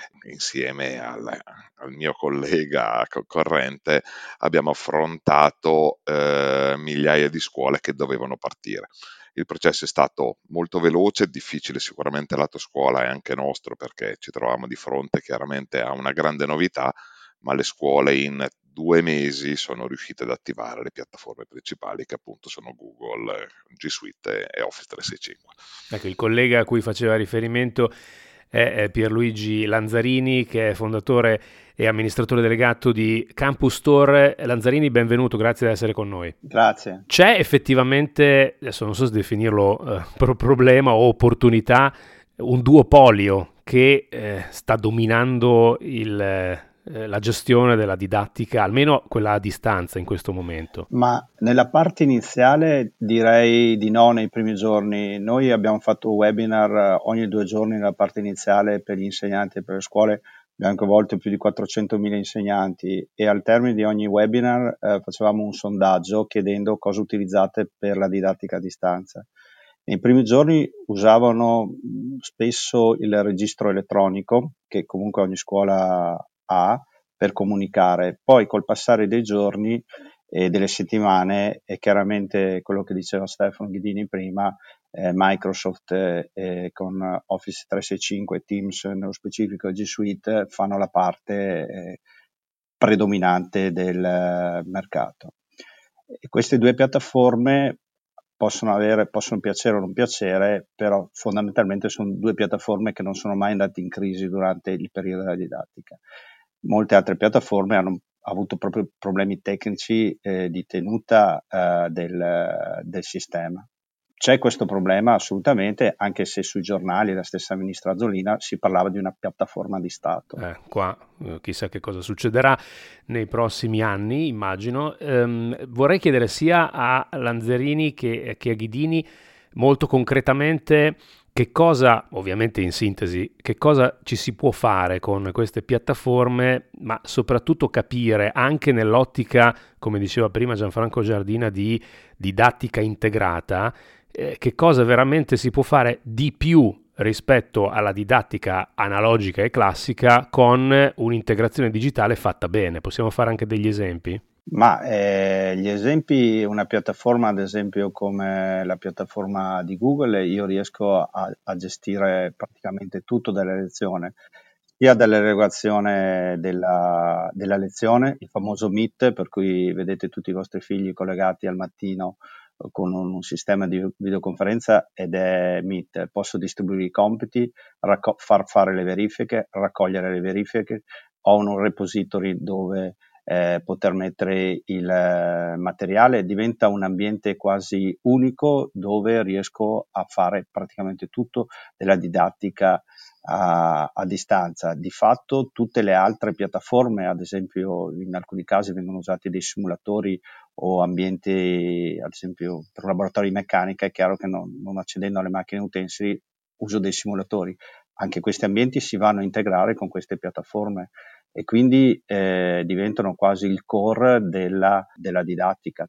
Insieme al, al mio collega concorrente abbiamo affrontato eh, migliaia di scuole che dovevano partire. Il processo è stato molto veloce, difficile sicuramente lato scuola e anche nostro, perché ci trovavamo di fronte chiaramente a una grande novità, ma le scuole in due mesi sono riuscite ad attivare le piattaforme principali, che appunto sono Google, G Suite e Office trecentosessantacinque. Ecco, il collega a cui faceva riferimento è Pierluigi Lanzarini, che è fondatore e amministratore delegato di Campus Store. Lanzarini, benvenuto, grazie di essere con noi. Grazie. C'è effettivamente, adesso non so se definirlo eh, pro- problema o opportunità, un duopolio che eh, sta dominando il, eh, eh, la gestione della didattica, almeno quella a distanza in questo momento? Ma nella parte iniziale direi di no nei primi giorni. Noi abbiamo fatto webinar ogni due giorni nella parte iniziale per gli insegnanti e per le scuole. Abbiamo coinvolto più di quattrocentomila insegnanti e al termine di ogni webinar eh, facevamo un sondaggio chiedendo cosa utilizzate per la didattica a distanza. Nei primi giorni usavano spesso il registro elettronico, che comunque ogni scuola ha, per comunicare. Poi col passare dei giorni e delle settimane, e chiaramente quello che diceva Stefano Ghidini prima, eh, Microsoft eh, eh, con Office trecentosessantacinque, Teams nello specifico e G Suite fanno la parte eh, predominante del eh, mercato. E queste due piattaforme possono avere, possono piacere o non piacere, però fondamentalmente sono due piattaforme che non sono mai andate in crisi durante il periodo della didattica. Molte altre piattaforme hanno avuto proprio problemi tecnici eh, di tenuta eh, del, del sistema. C'è questo problema assolutamente, anche se sui giornali, la stessa ministra Azzolina, si parlava di una piattaforma di Stato. Eh, qua eh, chissà che cosa succederà nei prossimi anni, immagino. Ehm, vorrei chiedere sia a Lanzerini che, che a Ghidini molto concretamente che cosa, ovviamente in sintesi, che cosa ci si può fare con queste piattaforme, ma soprattutto capire anche nell'ottica, come diceva prima Gianfranco Giardina, di didattica integrata, eh, che cosa veramente si può fare di più rispetto alla didattica analogica e classica con un'integrazione digitale fatta bene. Possiamo fare anche degli esempi? Ma eh, gli esempi, una piattaforma ad esempio come la piattaforma di Google, io riesco a, a gestire praticamente tutto della lezione, sia dall'erogazione della, della lezione, il famoso Meet, per cui vedete tutti i vostri figli collegati al mattino con un, un sistema di videoconferenza ed è Meet. Posso distribuire i compiti, racco- far fare le verifiche, raccogliere le verifiche, ho un repository dove Eh, poter mettere il eh, materiale, diventa un ambiente quasi unico dove riesco a fare praticamente tutto della didattica a, a distanza. Di fatto tutte le altre piattaforme, ad esempio in alcuni casi vengono usati dei simulatori o ambienti, ad esempio per un laboratorio di meccanica, è chiaro che non, non accedendo alle macchine utensili uso dei simulatori. Anche questi ambienti si vanno a integrare con queste piattaforme e quindi eh, diventano quasi il core della, della didattica.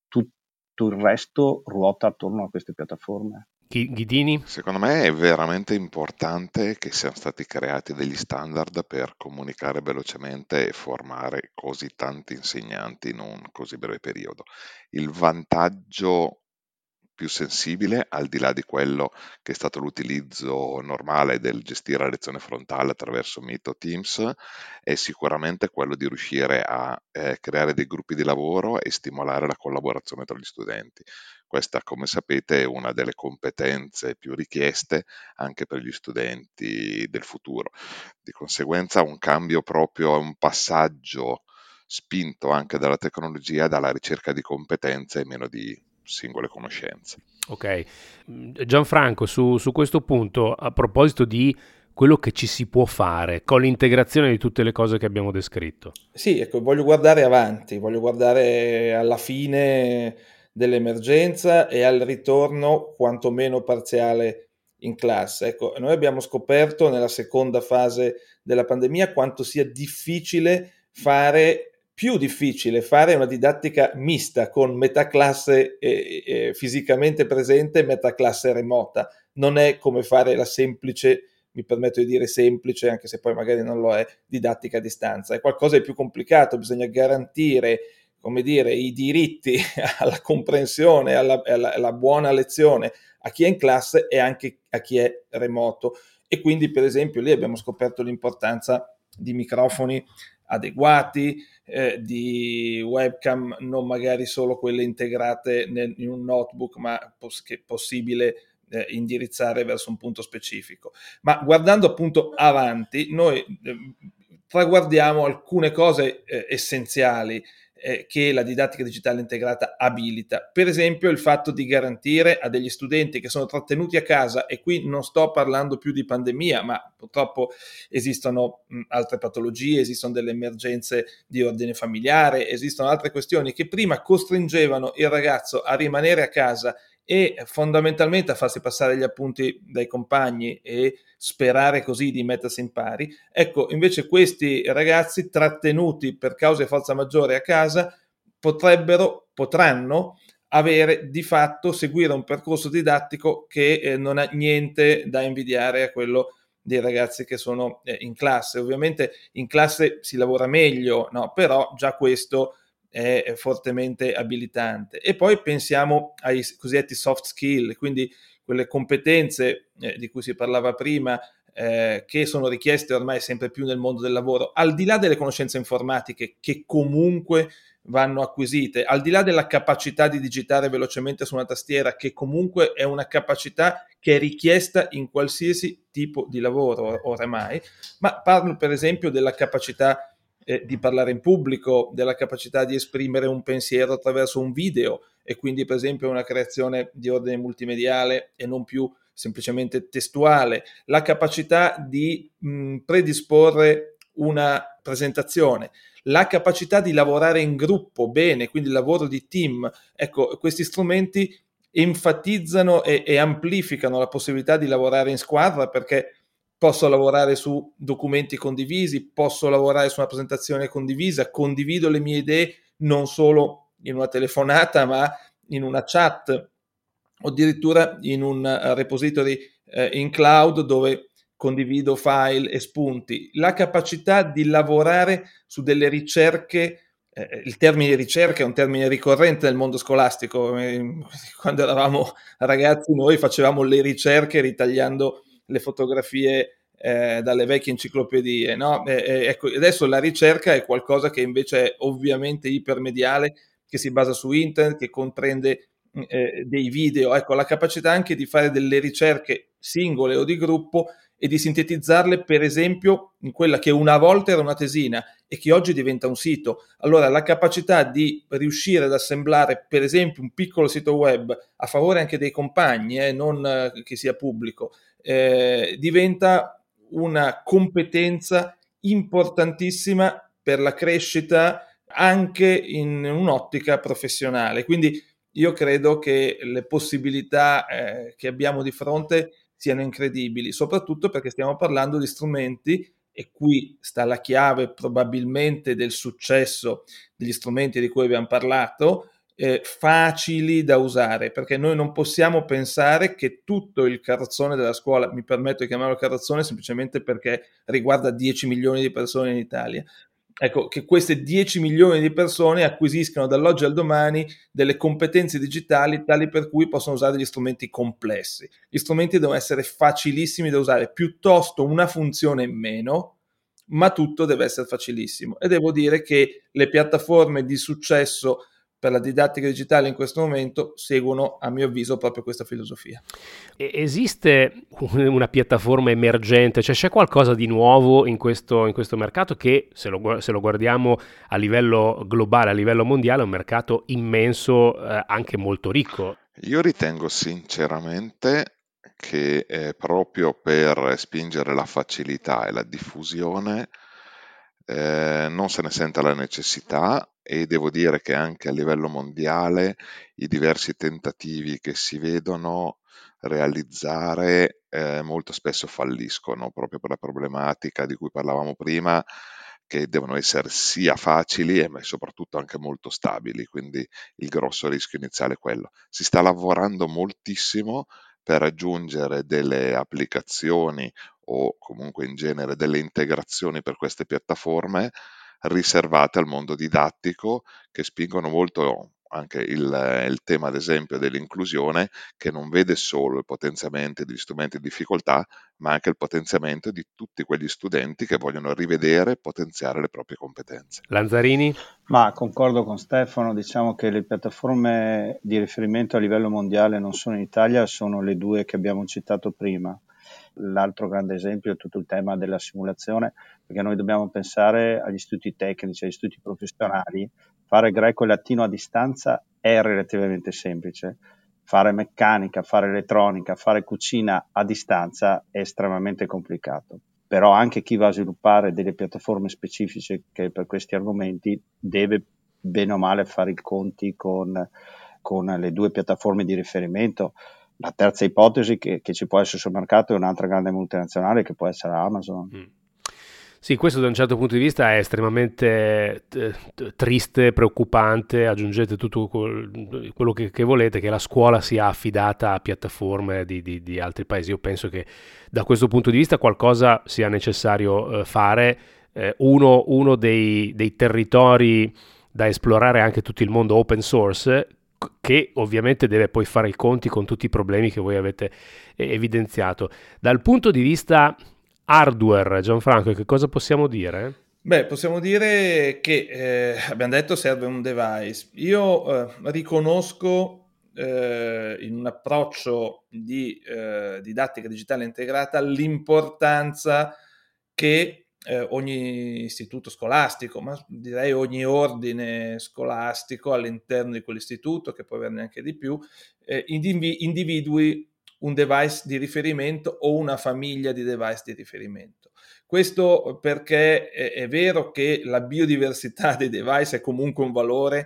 Tutto il resto ruota attorno a queste piattaforme. Ghidini? Secondo me è veramente importante che siano stati creati degli standard per comunicare velocemente e formare così tanti insegnanti in un così breve periodo. Il vantaggio più sensibile, al di là di quello che è stato l'utilizzo normale del gestire la lezione frontale attraverso Meet o Teams, è sicuramente quello di riuscire a eh, creare dei gruppi di lavoro e stimolare la collaborazione tra gli studenti. Questa, come sapete, è una delle competenze più richieste anche per gli studenti del futuro. Di conseguenza un cambio proprio, un passaggio spinto anche dalla tecnologia, dalla ricerca di competenze e meno di singole conoscenze. Ok, Gianfranco, su, su questo punto, a proposito di quello che ci si può fare con l'integrazione di tutte le cose che abbiamo descritto. Sì, ecco, voglio guardare avanti, voglio guardare alla fine dell'emergenza e al ritorno quantomeno parziale in classe. Ecco, noi abbiamo scoperto nella seconda fase della pandemia quanto sia difficile fare più difficile fare una didattica mista con metà classe eh, eh, fisicamente presente e metà classe remota. Non è come fare la semplice, mi permetto di dire semplice, anche se poi magari non lo è, didattica a distanza. È qualcosa di più complicato, bisogna garantire, come dire, i diritti alla comprensione, alla, alla, alla buona lezione a chi è in classe e anche a chi è remoto. E quindi, per esempio, lì abbiamo scoperto l'importanza di microfoni adeguati, eh, di webcam non magari solo quelle integrate nel, in un notebook, ma poss- che è possibile eh, indirizzare verso un punto specifico. Ma guardando appunto avanti, noi eh, traguardiamo alcune cose eh, essenziali. eh, che la didattica digitale integrata abilita. Per esempio il fatto di garantire a degli studenti che sono trattenuti a casa, e qui non sto parlando più di pandemia, ma purtroppo esistono mh, altre patologie, esistono delle emergenze di ordine familiare, esistono altre questioni che prima costringevano il ragazzo a rimanere a casa e fondamentalmente a farsi passare gli appunti dai compagni e sperare così di mettersi in pari. Ecco, invece questi ragazzi trattenuti per cause di forza maggiore a casa potrebbero, potranno avere di fatto, seguire un percorso didattico che eh, non ha niente da invidiare a quello dei ragazzi che sono eh, in classe. Ovviamente in classe si lavora meglio, no? Però già questo è fortemente abilitante. E poi pensiamo ai cosiddetti soft skill, quindi quelle competenze eh, di cui si parlava prima, eh, che sono richieste ormai sempre più nel mondo del lavoro, al di là delle conoscenze informatiche che comunque vanno acquisite, al di là della capacità di digitare velocemente su una tastiera, che comunque è una capacità che è richiesta in qualsiasi tipo di lavoro oramai, ma parlo per esempio della capacità Eh, di parlare in pubblico, della capacità di esprimere un pensiero attraverso un video, e quindi per esempio una creazione di ordine multimediale e non più semplicemente testuale, la capacità di mh, predisporre una presentazione, la capacità di lavorare in gruppo bene, quindi il lavoro di team. Ecco, questi strumenti enfatizzano e, e amplificano la possibilità di lavorare in squadra, perché posso lavorare su documenti condivisi, posso lavorare su una presentazione condivisa, condivido le mie idee non solo in una telefonata, ma in una chat o addirittura in un repository eh, in cloud dove condivido file e spunti. La capacità di lavorare su delle ricerche, eh, il termine ricerca è un termine ricorrente nel mondo scolastico. Quando eravamo ragazzi noi facevamo le ricerche ritagliando le fotografie eh, dalle vecchie enciclopedie, no? E, e, ecco, adesso la ricerca è qualcosa che invece è ovviamente ipermediale, che si basa su internet, che comprende eh, dei video. Ecco, la capacità anche di fare delle ricerche singole o di gruppo e di sintetizzarle, per esempio, in quella che una volta era una tesina e che oggi diventa un sito. Allora, la capacità di riuscire ad assemblare, per esempio, un piccolo sito web a favore anche dei compagni, eh, non eh, che sia pubblico, eh, diventa una competenza importantissima per la crescita anche in un'ottica professionale. Quindi io credo che le possibilità eh, che abbiamo di fronte siano incredibili, soprattutto perché stiamo parlando di strumenti, e qui sta la chiave probabilmente del successo degli strumenti di cui abbiamo parlato, eh, facili da usare, perché noi non possiamo pensare che tutto il carrozzone della scuola, mi permetto di chiamarlo carrozzone semplicemente perché riguarda dieci milioni di persone in Italia, ecco, che queste dieci milioni di persone acquisiscano dall'oggi al domani delle competenze digitali tali per cui possono usare degli strumenti complessi. Gli strumenti devono essere facilissimi da usare, piuttosto una funzione in meno, ma tutto deve essere facilissimo. E devo dire che le piattaforme di successo per la didattica digitale in questo momento seguono, a mio avviso, proprio questa filosofia. Esiste una piattaforma emergente, cioè c'è qualcosa di nuovo in questo, in questo mercato che, se lo, se lo guardiamo a livello globale, a livello mondiale, è un mercato immenso, eh, anche molto ricco? Io ritengo sinceramente che eh, proprio per spingere la facilità e la diffusione eh, non se ne senta la necessità, e devo dire che anche a livello mondiale i diversi tentativi che si vedono realizzare eh, molto spesso falliscono, proprio per la problematica di cui parlavamo prima, che devono essere sia facili ma soprattutto anche molto stabili, quindi il grosso rischio iniziale è quello. Si sta lavorando moltissimo per aggiungere delle applicazioni o comunque in genere delle integrazioni per queste piattaforme riservate al mondo didattico, che spingono molto anche il, il tema, ad esempio, dell'inclusione, che non vede solo il potenziamento degli strumenti di difficoltà, ma anche il potenziamento di tutti quegli studenti che vogliono rivedere e potenziare le proprie competenze. Lanzarini? Ma concordo con Stefano, diciamo che le piattaforme di riferimento a livello mondiale non sono in Italia, sono le due che abbiamo citato prima. L'altro grande esempio è tutto il tema della simulazione, perché noi dobbiamo pensare agli istituti tecnici, agli istituti professionali. Fare greco e latino a distanza è relativamente semplice. Fare meccanica, fare elettronica, fare cucina a distanza è estremamente complicato. Però anche chi va a sviluppare delle piattaforme specifiche per questi argomenti deve bene o male fare i conti con, con le due piattaforme di riferimento. La terza ipotesi che, che ci può essere sul mercato è un'altra grande multinazionale che può essere Amazon. Mm. Sì, questo da un certo punto di vista è estremamente t- t- triste, preoccupante. Aggiungete tutto quel, quello che, che volete, che la scuola sia affidata a piattaforme di, di, di altri paesi. Io penso che da questo punto di vista qualcosa sia necessario eh, fare. Eh, uno uno dei, dei territori da esplorare, anche tutto il mondo open source, che ovviamente deve poi fare i conti con tutti i problemi che voi avete evidenziato. Dal punto di vista hardware, Gianfranco, che cosa possiamo dire? Beh, possiamo dire che eh, abbiamo detto serve un device. Io eh, riconosco eh, in un approccio di eh, didattica digitale integrata l'importanza che eh, ogni istituto scolastico, ma direi ogni ordine scolastico all'interno di quell'istituto, che può averne anche di più, eh, indivi- individui un device di riferimento o una famiglia di device di riferimento. Questo perché è, è vero che la biodiversità dei device è comunque un valore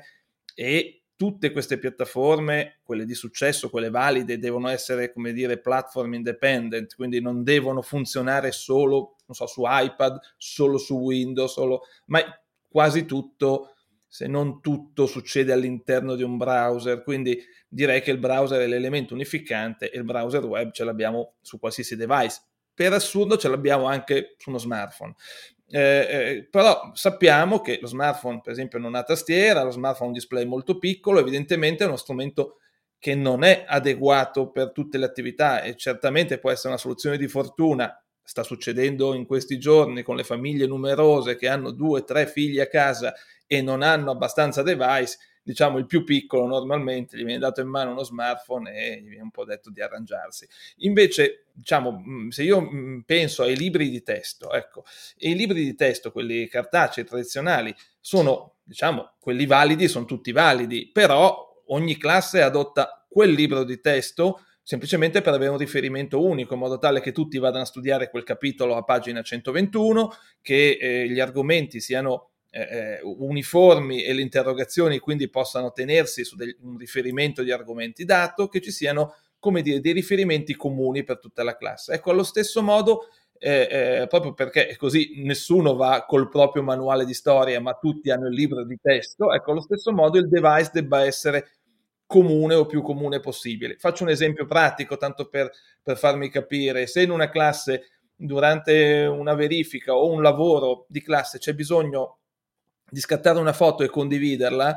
e tutte queste piattaforme, quelle di successo, quelle valide, devono essere, come dire, platform independent, quindi non devono funzionare solo, non so, su iPad, solo su Windows, solo, ma quasi tutto, se non tutto, succede all'interno di un browser, quindi direi che il browser è l'elemento unificante e il browser web ce l'abbiamo su qualsiasi device. Per assurdo ce l'abbiamo anche su uno smartphone. Eh, eh, però sappiamo che lo smartphone, per esempio, non ha tastiera, lo smartphone ha un display molto piccolo, evidentemente è uno strumento che non è adeguato per tutte le attività e certamente può essere una soluzione di fortuna. Sta succedendo in questi giorni con le famiglie numerose che hanno due, tre figli a casa e non hanno abbastanza device. Diciamo il più piccolo normalmente gli viene dato in mano uno smartphone e gli viene un po' detto di arrangiarsi. Invece, diciamo, se io penso ai libri di testo, ecco, e i libri di testo, quelli cartacei tradizionali, sono, diciamo, quelli validi, sono tutti validi, però ogni classe adotta quel libro di testo semplicemente per avere un riferimento unico, in modo tale che tutti vadano a studiare quel capitolo a pagina centoventuno, che eh, gli argomenti siano Eh, uniformi e le interrogazioni quindi possano tenersi su del, un riferimento di argomenti dato, che ci siano, come dire, dei riferimenti comuni per tutta la classe. Ecco, allo stesso modo, eh, eh, proprio perché così nessuno va col proprio manuale di storia, ma tutti hanno il libro di testo, ecco, allo stesso modo il device debba essere comune o più comune possibile. Faccio un esempio pratico, tanto per, per farmi capire. Se in una classe, durante una verifica o un lavoro di classe, c'è bisogno di scattare una foto e condividerla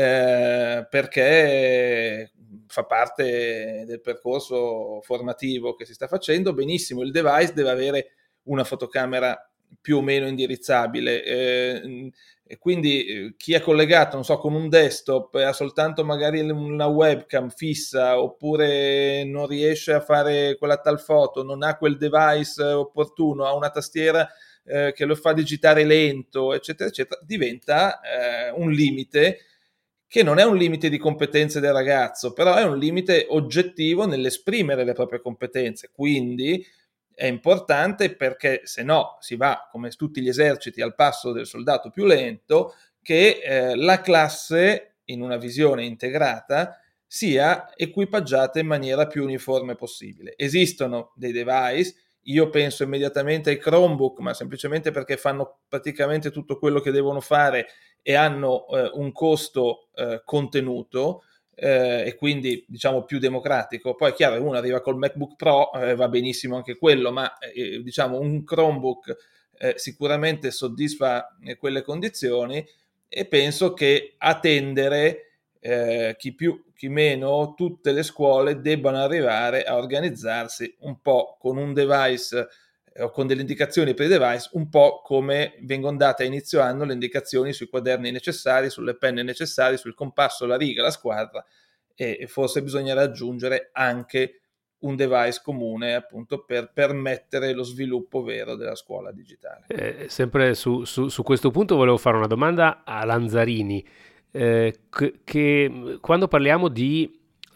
eh, perché fa parte del percorso formativo che si sta facendo, benissimo, il device deve avere una fotocamera più o meno indirizzabile eh, e quindi eh, chi è collegato, non so, con un desktop e ha soltanto magari una webcam fissa oppure non riesce a fare quella tal foto, non ha quel device opportuno, ha una tastiera Eh, che lo fa digitare lento, eccetera, eccetera, diventa eh, un limite che non è un limite di competenze del ragazzo, però è un limite oggettivo nell'esprimere le proprie competenze. Quindi è importante perché se no si va, come tutti gli eserciti, al passo del soldato più lento, che eh, la classe, in una visione integrata, sia equipaggiata in maniera più uniforme possibile. Esistono dei device. Io penso immediatamente ai Chromebook, ma semplicemente perché fanno praticamente tutto quello che devono fare e hanno eh, un costo eh, contenuto eh, e quindi diciamo più democratico. Poi è chiaro, uno arriva col MacBook Pro, eh, va benissimo anche quello, ma eh, diciamo un Chromebook eh, sicuramente soddisfa eh, quelle condizioni e penso che a tendere eh, chi più chi meno, tutte le scuole debbano arrivare a organizzarsi un po' con un device eh, o con delle indicazioni per i device, un po' come vengono date a inizio anno le indicazioni sui quaderni necessari, sulle penne necessarie, sul compasso, la riga, la squadra e forse bisognerà aggiungere anche un device comune appunto per permettere lo sviluppo vero della scuola digitale. Eh, sempre su, su, su questo punto volevo fare una domanda a Lanzarini, eh, che, che quando parliamo di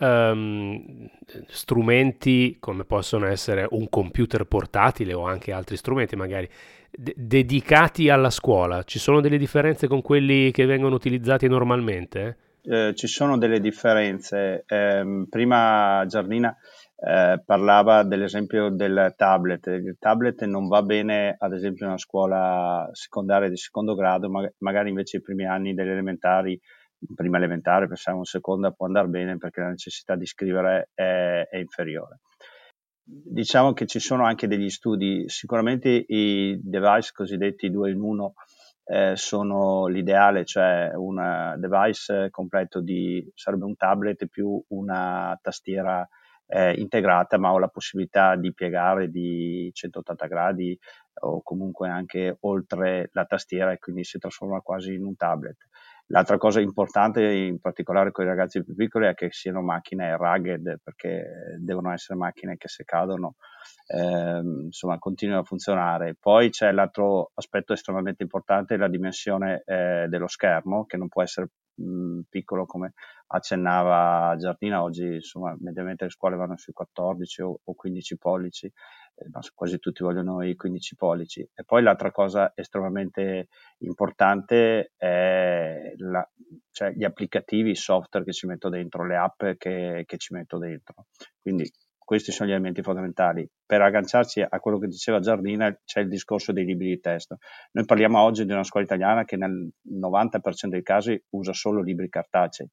um, strumenti come possono essere un computer portatile o anche altri strumenti magari de- dedicati alla scuola, ci sono delle differenze con quelli che vengono utilizzati normalmente? Eh, ci sono delle differenze. Eh, prima Giardina eh, parlava dell'esempio del tablet. Il tablet non va bene, ad esempio, in una scuola secondaria di secondo grado, ma magari invece i primi anni delle elementari, in prima elementare, pensiamo in seconda, può andare bene perché la necessità di scrivere è, è inferiore. Diciamo che ci sono anche degli studi, sicuramente i device cosiddetti due in uno eh, sono l'ideale, cioè un device completo di, sarebbe un tablet più una tastiera eh, integrata, ma ho la possibilità di piegare di centottanta gradi o comunque anche oltre la tastiera e quindi si trasforma quasi in un tablet. L'altra cosa importante, in particolare con i ragazzi più piccoli, è che siano macchine rugged, perché devono essere macchine che se cadono ehm, insomma continuano a funzionare. Poi c'è l'altro aspetto estremamente importante, la dimensione eh, dello schermo, che non può essere mh, piccolo come accennava Giardina. Oggi insomma mediamente le scuole vanno sui quattordici o, o quindici pollici, eh, ma quasi tutti vogliono i quindici pollici. E poi l'altra cosa estremamente importante è la, cioè gli applicativi, i software che ci metto dentro, le app che, che ci metto dentro. Quindi questi sono gli elementi fondamentali. Per agganciarci a quello che diceva Giardina, c'è il discorso dei libri di testo. Noi parliamo oggi di una scuola italiana che nel novanta per cento dei casi usa solo libri cartacei.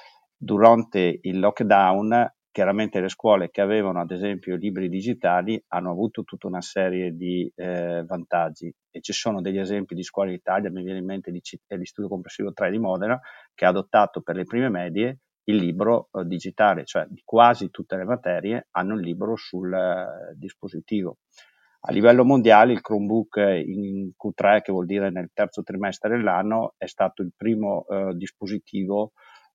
Durante il lockdown, chiaramente le scuole che avevano ad esempio libri digitali hanno avuto tutta una serie di eh, vantaggi, e ci sono degli esempi di scuole d'Italia, mi viene in mente l'Istituto Comprensivo tre di Modena, che ha adottato per le prime medie il libro eh, digitale, cioè di quasi tutte le materie hanno il libro sul eh, dispositivo. A livello mondiale il Chromebook in Q tre, che vuol dire nel terzo trimestre dell'anno, è stato il primo eh, dispositivo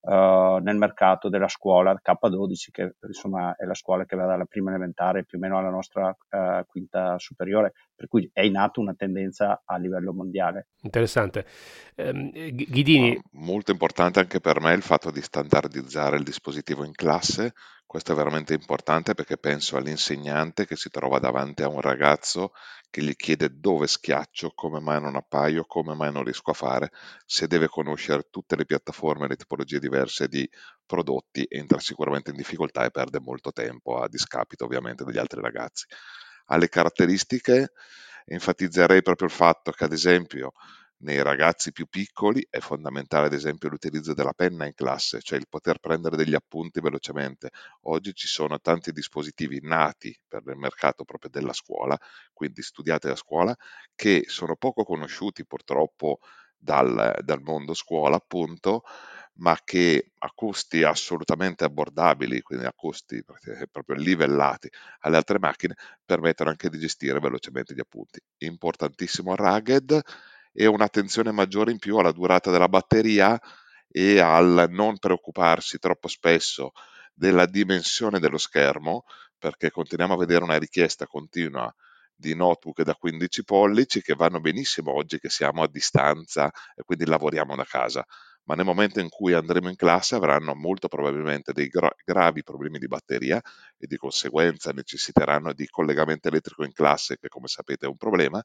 Uh, nel mercato della scuola K dodici, che insomma è la scuola che va dalla prima elementare più o meno alla nostra uh, quinta superiore, per cui è in atto una tendenza a livello mondiale. Interessante. Um, Ghidini. Ma molto importante anche per me il fatto di standardizzare il dispositivo in classe. Questo è veramente importante perché penso all'insegnante che si trova davanti a un ragazzo che gli chiede dove schiaccio, come mai non appaio, come mai non riesco a fare. Se deve conoscere tutte le piattaforme e le tipologie diverse di prodotti, entra sicuramente in difficoltà e perde molto tempo, a discapito ovviamente degli altri ragazzi. Alle caratteristiche enfatizzerei proprio il fatto che, ad esempio, nei ragazzi più piccoli è fondamentale ad esempio l'utilizzo della penna in classe, cioè il poter prendere degli appunti velocemente. Oggi ci sono tanti dispositivi nati per il mercato proprio della scuola, quindi studiati a scuola, che sono poco conosciuti purtroppo dal, dal mondo scuola appunto, ma che a costi assolutamente abbordabili, quindi a costi proprio livellati alle altre macchine, permettono anche di gestire velocemente gli appunti. Importantissimo rugged, e un'attenzione maggiore in più alla durata della batteria e al non preoccuparsi troppo spesso della dimensione dello schermo, perché continuiamo a vedere una richiesta continua di notebook da quindici pollici che vanno benissimo oggi che siamo a distanza e quindi lavoriamo da casa, ma nel momento in cui andremo in classe avranno molto probabilmente dei gra- gravi problemi di batteria e di conseguenza necessiteranno di collegamento elettrico in classe, che come sapete è un problema.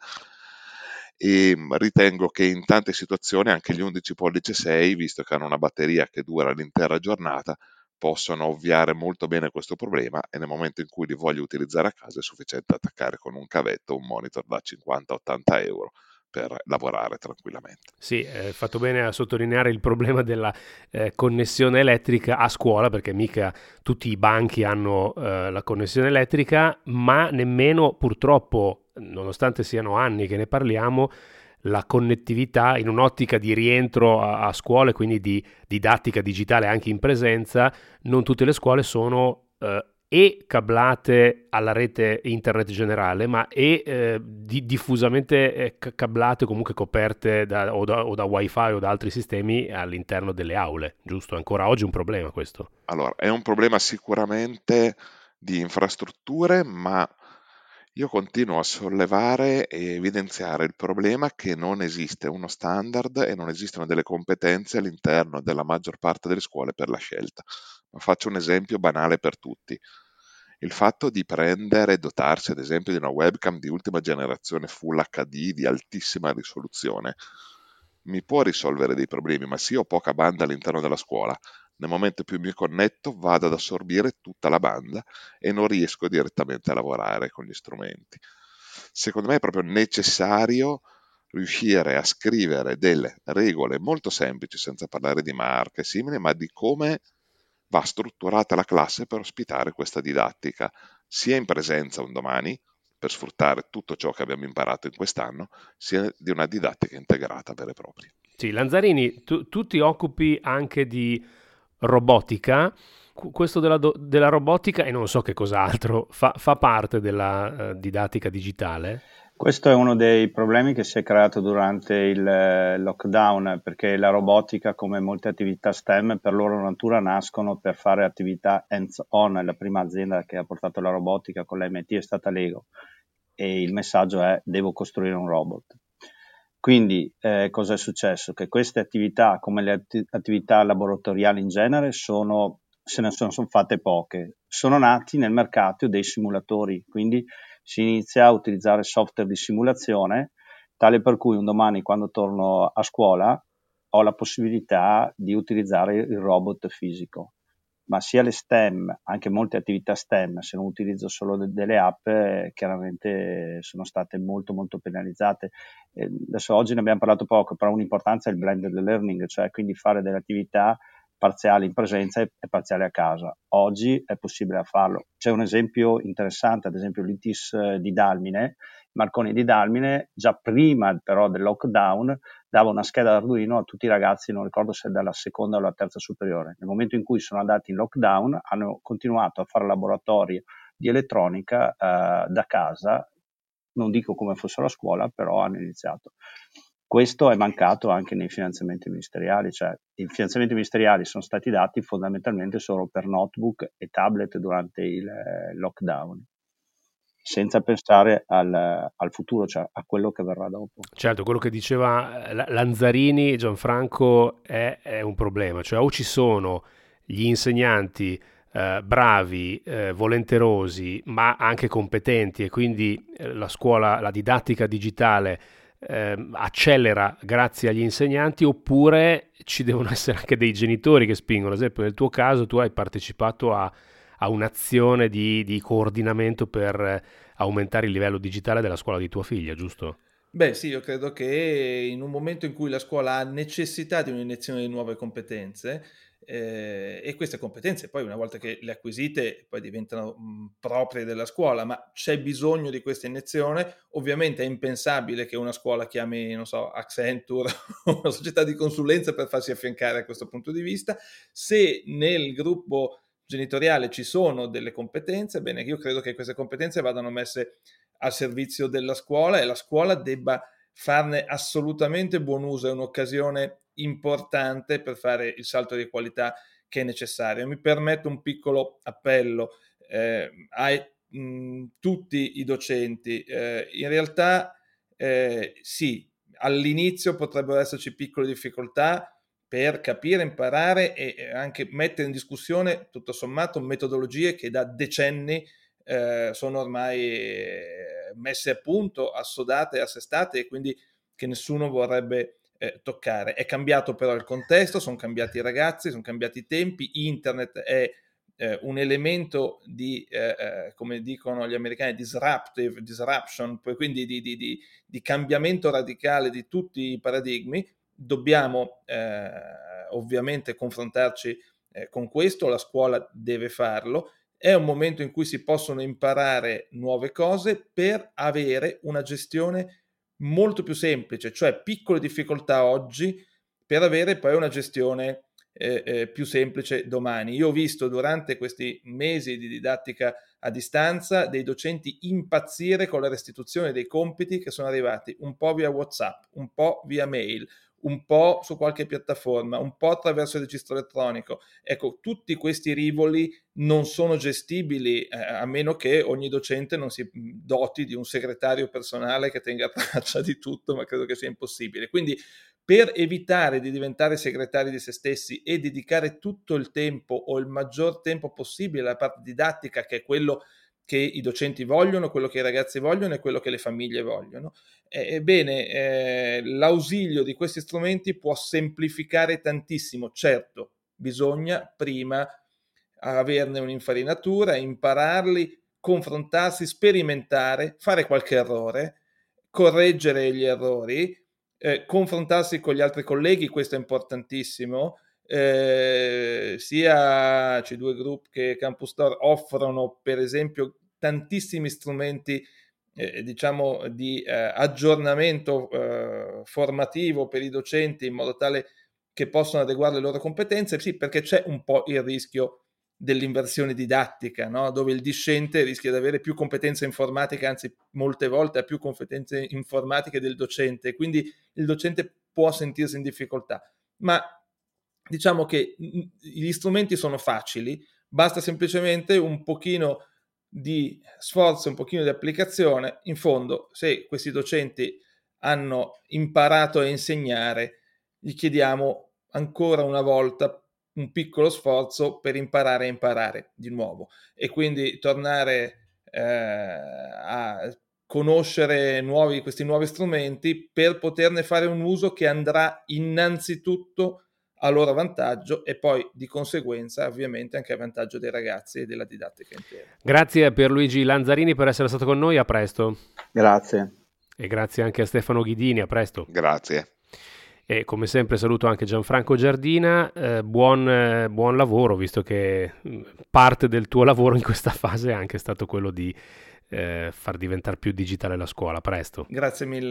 E ritengo che in tante situazioni anche gli undici pollici sei, visto che hanno una batteria che dura l'intera giornata, possono ovviare molto bene questo problema, e nel momento in cui li voglio utilizzare a casa è sufficiente attaccare con un cavetto un monitor da cinquanta ottanta euro per lavorare tranquillamente. Sì, hai eh, fatto bene a sottolineare il problema della eh, connessione elettrica a scuola, perché mica tutti i banchi hanno eh, la connessione elettrica, ma nemmeno purtroppo, nonostante siano anni che ne parliamo, la connettività in un'ottica di rientro a, a scuole, quindi di didattica digitale anche in presenza. Non tutte le scuole sono eh, e cablate alla rete internet generale, ma e eh, di, diffusamente eh, cablate, comunque coperte da, o, da, o da wifi o da altri sistemi all'interno delle aule, giusto? Ancora oggi è un problema questo. Allora, è un problema sicuramente di infrastrutture, ma io continuo a sollevare e evidenziare il problema che non esiste uno standard e non esistono delle competenze all'interno della maggior parte delle scuole per la scelta. Ma faccio un esempio banale per tutti. Il fatto di prendere e dotarsi ad esempio di una webcam di ultima generazione Full acca di di altissima risoluzione mi può risolvere dei problemi, ma se io ho poca banda all'interno della scuola, nel momento in cui mi connetto vado ad assorbire tutta la banda e non riesco direttamente a lavorare con gli strumenti. Secondo me è proprio necessario riuscire a scrivere delle regole molto semplici, senza parlare di marche simili, ma di come va strutturata la classe per ospitare questa didattica, sia in presenza un domani, per sfruttare tutto ciò che abbiamo imparato in quest'anno, sia di una didattica integrata vera e propria. Sì, Lanzarini, tu, tu ti occupi anche di robotica. Questo della, do, della robotica e non so che cos'altro fa, fa parte della uh, didattica digitale? Questo è uno dei problemi che si è creato durante il eh, lockdown, perché la robotica, come molte attività STEM, per loro natura nascono per fare attività hands-on. La prima azienda che ha portato la robotica con l'M I T è stata Lego e il messaggio è: devo costruire un robot. Quindi eh, cosa è successo? Che queste attività, come le atti- attività laboratoriali in genere, sono, se ne sono, sono fatte poche. Sono nati nel mercato dei simulatori, quindi si inizia a utilizzare software di simulazione, tale per cui un domani, quando torno a scuola, ho la possibilità di utilizzare il robot fisico. Ma sia le STEM, anche molte attività STEM, se non utilizzo solo de- delle app, eh, chiaramente sono state molto molto penalizzate. Eh, adesso oggi ne abbiamo parlato poco, però un'importanza è il blended learning, cioè quindi fare delle attività parziali in presenza e, e parziali a casa. Oggi è possibile farlo. C'è un esempio interessante, ad esempio l'I T I S di Dalmine, Marconi di Dalmine, già prima però del lockdown, dava una scheda Arduino a tutti i ragazzi, non ricordo se dalla seconda o la terza superiore. Nel momento in cui sono andati in lockdown, hanno continuato a fare laboratori di elettronica eh, da casa, non dico come fosse la scuola, però hanno iniziato. Questo è mancato anche nei finanziamenti ministeriali, cioè i finanziamenti ministeriali sono stati dati fondamentalmente solo per notebook e tablet durante il eh, lockdown, senza pensare al, al futuro, cioè a quello che verrà dopo. Certo, quello che diceva Lanzarini, Gianfranco, è, è un problema, cioè o ci sono gli insegnanti eh, bravi, eh, volenterosi, ma anche competenti e quindi eh, la scuola, la didattica digitale eh, accelera grazie agli insegnanti, oppure ci devono essere anche dei genitori che spingono. Ad esempio nel tuo caso tu hai partecipato a, a un'azione di, di coordinamento per aumentare il livello digitale della scuola di tua figlia, giusto? Beh sì, io credo che in un momento in cui la scuola ha necessità di un'iniezione di nuove competenze, eh, e queste competenze poi una volta che le acquisite poi diventano mh, proprie della scuola, ma c'è bisogno di questa iniezione. Ovviamente è impensabile che una scuola chiami, non so, Accenture o una società di consulenza per farsi affiancare a questo punto di vista. Se nel gruppo genitoriale ci sono delle competenze, bene, io credo che queste competenze vadano messe al servizio della scuola e la scuola debba farne assolutamente buon uso. È un'occasione importante per fare il salto di qualità che è necessario. Mi permetto un piccolo appello eh, a mh, tutti i docenti. Eh, in realtà eh, sì, all'inizio potrebbero esserci piccole difficoltà per capire, imparare e anche mettere in discussione, tutto sommato, metodologie che da decenni eh, sono ormai messe a punto, assodate, assestate e quindi che nessuno vorrebbe eh, toccare. È cambiato però il contesto, sono cambiati i ragazzi, sono cambiati i tempi, internet è eh, un elemento di, eh, eh, come dicono gli americani, disruptive, disruption, quindi di, di, di, di cambiamento radicale di tutti i paradigmi. Dobbiamo eh, ovviamente confrontarci eh, con questo, la scuola deve farlo. È un momento in cui si possono imparare nuove cose per avere una gestione molto più semplice, cioè piccole difficoltà oggi per avere poi una gestione eh, eh, più semplice domani. Io ho visto durante questi mesi di didattica a distanza dei docenti impazzire con la restituzione dei compiti che sono arrivati un po' via WhatsApp, un po' via mail, un po' su qualche piattaforma, un po' attraverso il registro elettronico. Ecco, tutti questi rivoli non sono gestibili eh, a meno che ogni docente non si doti di un segretario personale che tenga traccia di tutto, ma credo che sia impossibile. Quindi per evitare di diventare segretari di se stessi e dedicare tutto il tempo o il maggior tempo possibile alla parte didattica, che è quello che i docenti vogliono, quello che i ragazzi vogliono e quello che le famiglie vogliono. Ebbene, eh, l'ausilio di questi strumenti può semplificare tantissimo. Certo, bisogna prima averne un'infarinatura, impararli, confrontarsi, sperimentare, fare qualche errore, correggere gli errori, eh, confrontarsi con gli altri colleghi, questo è importantissimo. Eh, sia C due Group che Campus Store offrono per esempio tantissimi strumenti eh, diciamo di eh, aggiornamento eh, formativo per i docenti in modo tale che possano adeguare le loro competenze, sì, perché c'è un po' il rischio dell'inversione didattica, no? Dove il discente rischia di avere più competenze informatiche, anzi molte volte ha più competenze informatiche del docente, quindi il docente può sentirsi in difficoltà, ma diciamo che gli strumenti sono facili, basta semplicemente un pochino di sforzo, un pochino di applicazione. In fondo, se questi docenti hanno imparato a insegnare, gli chiediamo ancora una volta un piccolo sforzo per imparare a imparare di nuovo e quindi tornare eh, a conoscere nuovi, questi nuovi strumenti per poterne fare un uso che andrà innanzitutto a loro vantaggio e poi di conseguenza ovviamente anche a vantaggio dei ragazzi e della didattica intera. Grazie a Pierluigi Lanzarini per essere stato con noi, a presto. Grazie. E grazie anche a Stefano Ghidini, a presto. Grazie. E come sempre saluto anche Gianfranco Giardina, eh, buon, eh, buon lavoro, visto che parte del tuo lavoro in questa fase è anche stato quello di eh, far diventare più digitale la scuola. A presto. Grazie mille.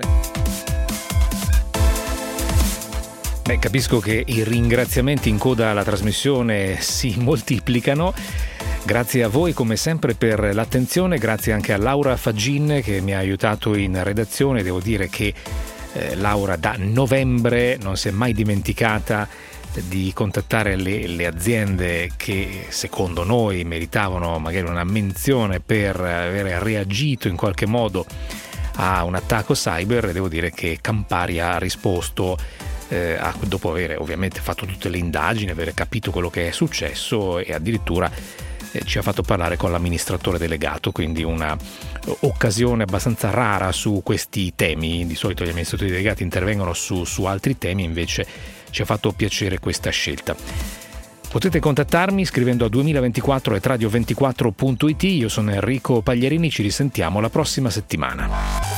Beh, capisco che i ringraziamenti in coda alla trasmissione si moltiplicano. Grazie a voi come sempre per l'attenzione, grazie anche a Laura Faggin che mi ha aiutato in redazione. Devo dire che eh, Laura da novembre non si è mai dimenticata di contattare le, le aziende che secondo noi meritavano magari una menzione per aver reagito in qualche modo a un attacco cyber, e devo dire che Campari ha risposto Eh, dopo aver ovviamente fatto tutte le indagini, aver capito quello che è successo e addirittura eh, ci ha fatto parlare con l'amministratore delegato, quindi una occasione abbastanza rara su questi temi. Di solito gli amministratori delegati intervengono su, su altri temi, invece ci ha fatto piacere questa scelta. Potete contattarmi scrivendo a duemilaventiquattro at radio ventiquattro punto it. Io sono Enrico Pagliarini, ci risentiamo la prossima settimana.